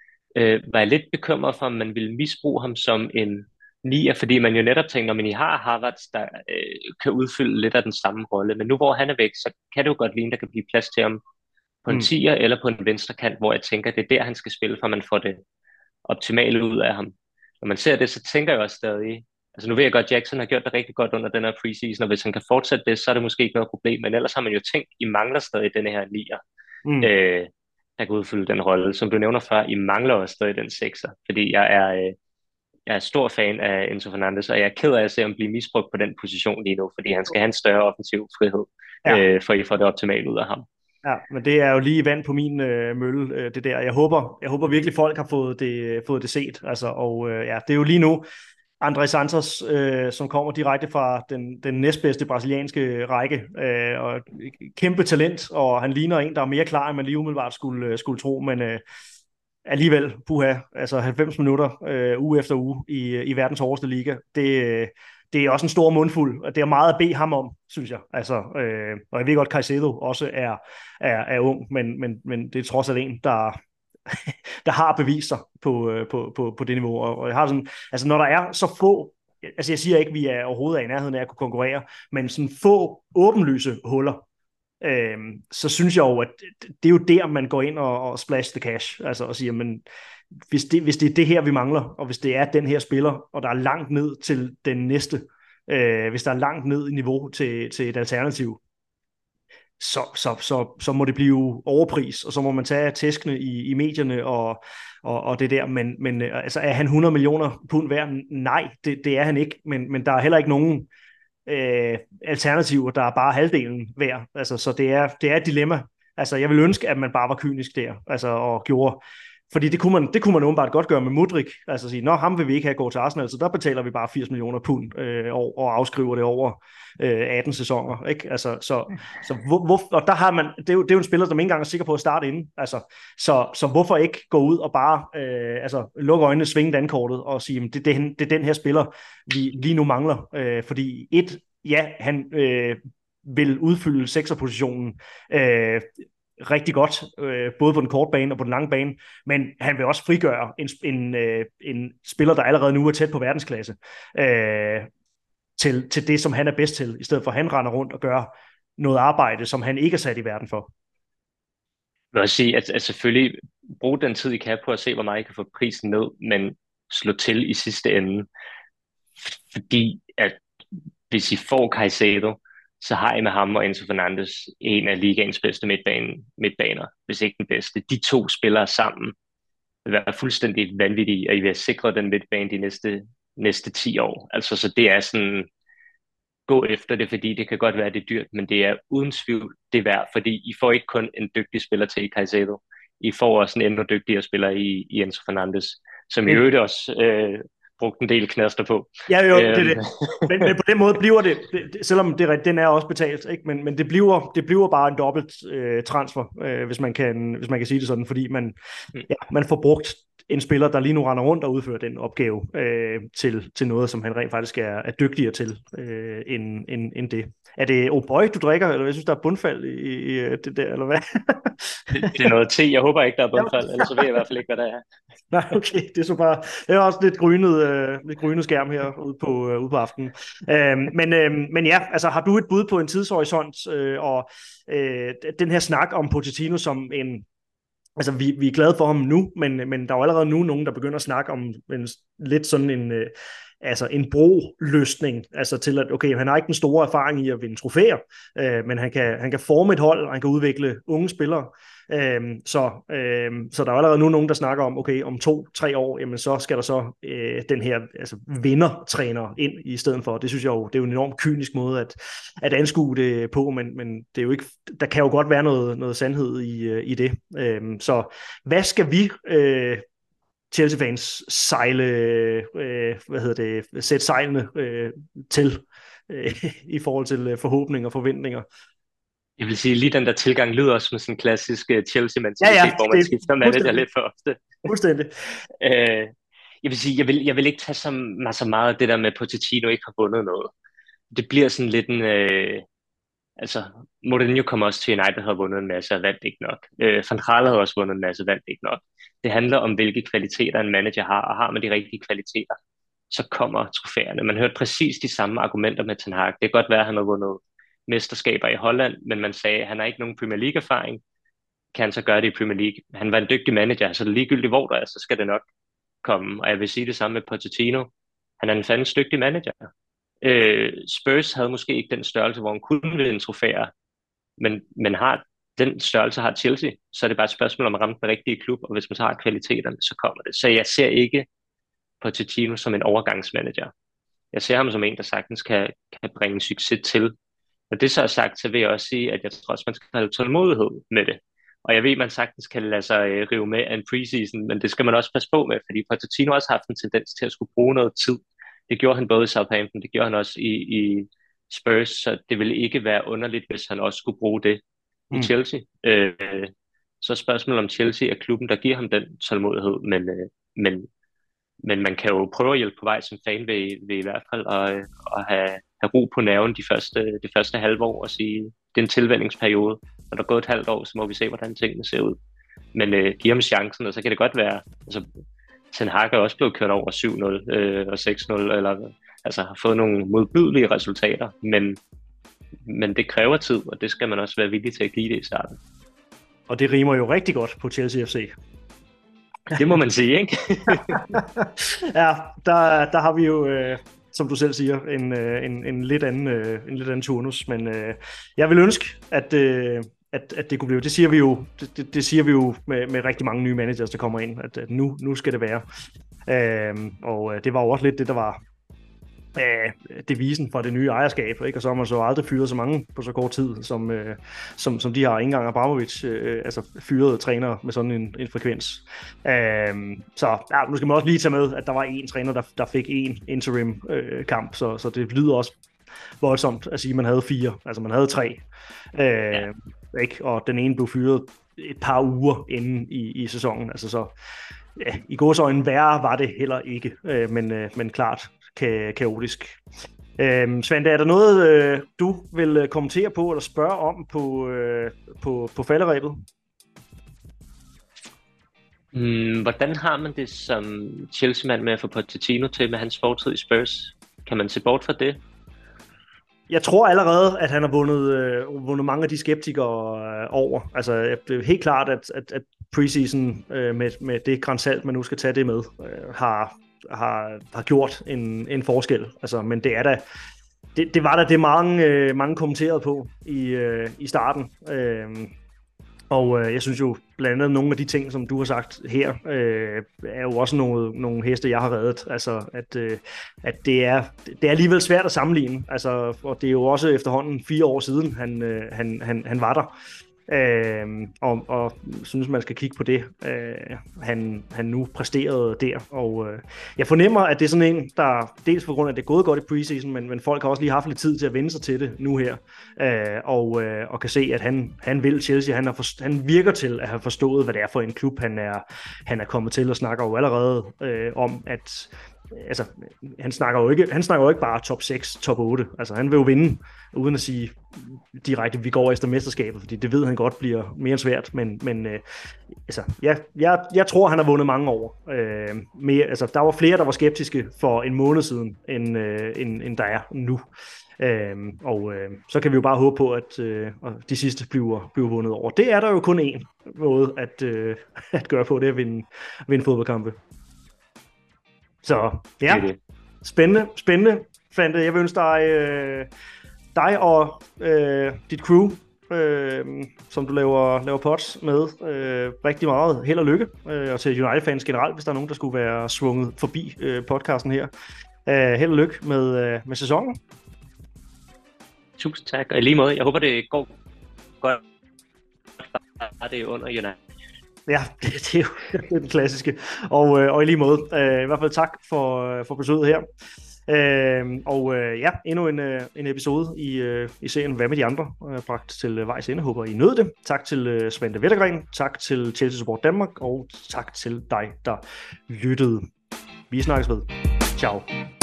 øh, var jeg lidt bekymret for, om man ville misbruge ham som en nier, fordi man jo netop tænker, når I har Havertz, der øh, kan udfylde lidt af den samme rolle, men nu hvor han er væk, så kan det jo godt ligne, der kan blive plads til ham på en Mm. tier eller på en venstre kant, hvor jeg tænker, det er der, han skal spille, for man får det optimale ud af ham. Når man ser det, så tænker jeg også stadig, altså nu ved jeg godt, at Jackson har gjort det rigtig godt under den her preseason, og hvis han kan fortsætte det, så er det måske ikke noget problem, men ellers har man jo tænkt, I mangler stadig den her nier, Mm. øh, der kan udfylde den rolle. Som du nævner før, I mangler også stadig den sekser, fordi jeg er, øh, jeg er stor fan af Enzo Fernandes, og jeg er ked af at se ham blive misbrugt på den position lige nu, fordi han skal have en større offensiv frihed, Ja. øh, for at I får det optimale ud af ham. Ja, men det er jo lige vand på min øh, mølle, øh, det der. Jeg håber, jeg håber virkelig, folk har fået det, fået det set. Altså, og øh, ja, det er jo lige nu André Santos, øh, som kommer direkte fra den, den næstbedste brasilianske række, øh, og kæmpe talent, og han ligner en, der er mere klar, end man lige umiddelbart skulle, skulle tro, men øh, alligevel, puha, altså halvfems minutter øh, uge efter uge i, i verdens hårdeste liga, det, øh, det er også en stor mundfuld, og det er meget at bede ham om, synes jeg. Altså, øh, og jeg ved godt, Caicedo også er, er, er ung, men, men, men det er trods alt en, der der har bevist sig på, på, på, på det niveau. Og, og jeg har sådan, altså når der er så få, altså jeg siger ikke, at vi er overhovedet i nærheden af at kunne konkurrere, men sådan få åbenlyse huller, øhm, så synes jeg jo, at det er jo der, man går ind og, og splash the cash, altså og siger, men hvis det, hvis det er det her, vi mangler, og hvis det er den her spiller, og der er langt ned til den næste, øh, hvis der er langt ned i niveau til, til et alternativ, så, så, så, så må det blive overpris, og så må man tage tæskene i, i medierne og, og, og det der, men, men altså, er han hundrede millioner pund værd? Nej, det, det er han ikke, men, men der er heller ikke nogen øh, alternativer, der er bare halvdelen værd, altså, så det er, det er et dilemma. Altså, jeg vil ønske, at man bare var kynisk der, altså, og gjorde. Fordi det kunne man, det kunne man åbenbart godt gøre med Mudryk, altså sige, nå, ham vil vi ikke have gå til Arsenal, så der betaler vi bare firs millioner pund øh, og, og afskriver det over øh, atten sæsoner, ikke? Altså, så, så hvor, hvor, og der har man, det er, jo, det er jo en spiller, som ikke engang er sikker på at starte inden, altså, så, så hvorfor ikke gå ud og bare øh, altså, lukke øjnene, svinge dankortet og sige, det, det, det er den her spiller, vi lige nu mangler, øh, fordi et, ja, han øh, vil udfylde sekserpositionen, øh, rigtig godt, øh, både på den korte bane og på den lange bane, men han vil også frigøre en, en, øh, en spiller, der allerede nu er tæt på verdensklasse, øh, til, til det, som han er bedst til, i stedet for at han render rundt og gør noget arbejde, som han ikke er sat i verden for. Jeg vil også sige, at, at selvfølgelig bruge den tid, I kan på at se, hvor meget I kan få prisen ned, men slå til i sidste ende. Fordi at hvis I får Caicedo, så har I med ham og Enzo Fernandes en af ligaens bedste midtbane, midtbaner, hvis ikke den bedste. De to spillere sammen vil være fuldstændig vanvittige, og I vil sikre den midtbane de næste, næste ti år. Altså, så det er sådan, gå efter det, fordi det kan godt være, det er dyrt, men det er uden tvivl det værd, fordi I får ikke kun en dygtig spiller til i Caicedo, I får også en endnu dygtigere spiller i, i Enzo Fernandes, som i øvrigt også øh, brugt en del knaster på. Ja, jo, det er det. Men, men på den måde bliver det, det, det selvom det, den er også betalt, ikke? Men, men det, bliver, det bliver bare en dobbelt øh, transfer, øh, hvis, man kan, hvis man kan sige det sådan, fordi man, mm. ja, man får brugt en spiller, der lige nu render rundt og udfører den opgave øh, til, til noget, som han rent faktisk er, er dygtigere til, øh, end, end, end det. Er det O'boy, du drikker, eller jeg synes, der er bundfald i, i det der, eller hvad? det, det er noget te. Jeg håber ikke, der er bundfald, ellers så ved jeg i hvert fald ikke, hvad der er. Nej, okay, det er så bare, det er også lidt grynet, øh, lidt grynet skærm her ude på, øh, ude på aftenen. Øh, men, øh, men ja, altså har du et bud på en tidshorisont, øh, og øh, den her snak om Pochettino som en, altså vi, vi er glade for ham nu, men, men der er jo allerede nu nogen, der begynder at snakke om en, lidt sådan en, øh, altså en broløsning, altså til at, okay, han har ikke den store erfaring i at vinde trofæer, øh, men han kan, han kan forme et hold, og han kan udvikle unge spillere, øh, så, øh, så der er allerede nu nogen, der snakker om, okay, om to, tre år, jamen så skal der så øh, den her altså vindertræner ind i stedet for. Det synes jeg jo, det er jo en enormt kynisk måde at, at anskue det på, men, men det er jo ikke, der kan jo godt være noget, noget sandhed i, i det. Øh, så hvad skal vi øh, Chelsea-fans sejle, øh, hvad hedder det, sætte sejlene øh, til øh, i forhold til øh, forhåbninger og forventninger? Jeg vil sige, lige den der tilgang lyder også som sådan en klassisk uh, Chelsea-mentalitet, ja, ja, hvor man skifter manager lidt for ofte. Fuldstændig. uh, jeg vil sige, jeg vil, jeg vil ikke tage så, mig så meget af det der med, at Pochettino ikke har vundet noget. Det bliver sådan lidt en... Uh, altså, Mourinho kom også til United, havde vundet en masse og vandt ikke nok. Uh, Van Gaal havde også vundet en masse og vandt ikke nok. Det handler om, hvilke kvaliteter en manager har, og har man de rigtige kvaliteter, så kommer trofæerne. Man hørte præcis de samme argumenter med Ten Hag. Det kan godt være, at han har vundet mesterskaber i Holland, men man sagde, at han har ikke nogen Premier League-erfaring. Kan han så gøre det i Premier League? Han var en dygtig manager, så ligegyldigt hvor der er, så skal det nok komme. Og jeg vil sige det samme med Pochettino. Han er en fandens dygtig manager. Øh, Spurs havde måske ikke den størrelse, hvor han kunne vinde trofæer, men, men har den størrelse har Chelsea, så er det bare et spørgsmål om at ramme den rigtige klub, og hvis man så har kvaliteterne, så kommer det. Så jeg ser ikke Pochettino som en overgangsmanager. Jeg ser ham som en, der sagtens kan, kan bringe succes til. Når det så er sagt, så vil jeg også sige, at jeg tror også, man skal have tålmodighed med det. Og jeg ved, at man sagtens kan lade sig øh, rive med af en preseason, men det skal man også passe på med, fordi Pochettino også har haft en tendens til at skulle bruge noget tid. Det gjorde han både i Southampton, det gjorde han også i, i Spurs, så det ville ikke være underligt, hvis han også skulle bruge det i mm. Chelsea. Øh, så spørgsmålet om Chelsea er klubben, der giver ham den tålmodighed, men, øh, men, men man kan jo prøve at hjælpe på vej som fan ved, ved i hvert fald at, at have, have ro på nerven de første, de første halve år og sige, det er en tilvændingsperiode. Når der er gået et halvt år, så må vi se, hvordan tingene ser ud. men øh, giver ham chancen, og så kan det godt være, altså Ten Hag er også blevet kørt over syv nul øh, og seks nul, eller altså har fået nogle modbydelige resultater, men, men det kræver tid, og det skal man også være villig til at give det i starten. Og det rimer jo rigtig godt på Chelsea F C. Det må man sige, ikke? Ja, der, der har vi jo, øh, som du selv siger, en, øh, en, en, lidt, anden, øh, en lidt anden turnus, men øh, jeg vil ønske, at, øh, at, at det kunne blive, det siger vi jo, det, det, det siger vi jo med, med rigtig mange nye managers, der kommer ind, at, at nu, nu skal det være. Øh, og øh, det var jo også lidt det, der var øh, devisen fra det nye ejerskab, ikke? Og så har man så aldrig fyret så mange på så kort tid, som, øh, som, som de har. Ikke engang Abramovic, øh, altså fyrede trænere med sådan en, en frekvens. Øh, så ja, nu skal man også lige tage med, at der var en træner, der, der fik en interim øh, kamp, så, så det lyder også voldsomt at sige, at man havde fire. Altså man havde tre. Øh, ja. Ikke? Og den ene blev fyret et par uger inden i, i sæsonen. Altså så ja, i gåseøjne værre var det heller ikke, øh, men, øh, men klart ka- kaotisk. Øh, Svante, er der noget, øh, du vil kommentere på eller spørge om på, øh, på, på falderebet? Mm, hvordan har man det som Chelsea-mand med at få Pochettino til med hans fortid i Spurs? Kan man se bort fra det? Jeg tror allerede, at han har vundet, øh, vundet mange af de skeptikere øh, over. Altså, det er helt klart, at, at, at preseason øh, med, med det kransalt, man nu skal tage det med, øh, har, har, har gjort en, en forskel. Altså, men det er da, det, det var da det mange, øh, mange kommenterede på i, øh, i starten. Øh, og øh, jeg synes jo blandt andet nogle af de ting, som du har sagt her, øh, er jo også nogle, nogle heste, jeg har reddet. Altså, at, øh, at det, er, det er alligevel svært at sammenligne. Altså, og det er jo også efterhånden fire år siden, han, øh, han, han, han var der. Øh, og, og synes, man skal kigge på det, øh, han, han nu præsterede der. Og øh, jeg fornemmer, at det er sådan en, der dels på grund af, at det er gået godt i preseason, men, men folk har også lige haft lidt tid til at vende sig til det nu her, øh, og, øh, og kan se, at han, han vil Chelsea. Han, har forst- han virker til at have forstået, hvad det er for en klub, han er, han er kommet til, og snakker jo allerede øh, om, at altså, han snakker jo ikke, han snakker jo ikke bare top seks, top otte. Altså, han vil jo vinde, uden at sige direkte, vi går efter mesterskabet, fordi det ved han godt bliver mere svært, men, men øh, altså, ja, jeg, jeg tror, han har vundet mange år. Øh, mere, altså, der var flere, der var skeptiske for en måned siden, end, øh, end, end der er nu. Øh, og øh, så kan vi jo bare håbe på, at øh, de sidste bliver, bliver vundet over. Det er der jo kun én måde at, øh, at gøre på, det er at vinde, vinde fodboldkampe. Så ja, det det. spændende, spændende, Fante. Jeg vil ønske dig, øh, dig og øh, dit crew, øh, som du laver, laver pods med, øh, rigtig meget held og lykke. Øh, og til United-fans generelt, hvis der er nogen, der skulle være svunget forbi øh, podcasten her. Øh, held og lykke med, øh, med sæsonen. Tusind tak, og i lige måde. Jeg håber, det går godt. Bare det under United. Ja, det, det er jo det er den klassiske. Og, øh, og i lige måde. Øh, I hvert fald tak for, for besøget her. Øh, og øh, ja, endnu en, øh, en episode i, øh, i serien Hvad med de andre? Øh, bragt til øh, vejs ende. Håber I nød det. Tak til øh, Svante Wettergren. Tak til Chelsea Support Danmark. Og tak til dig, der lyttede. Vi snakkes ved. Ciao.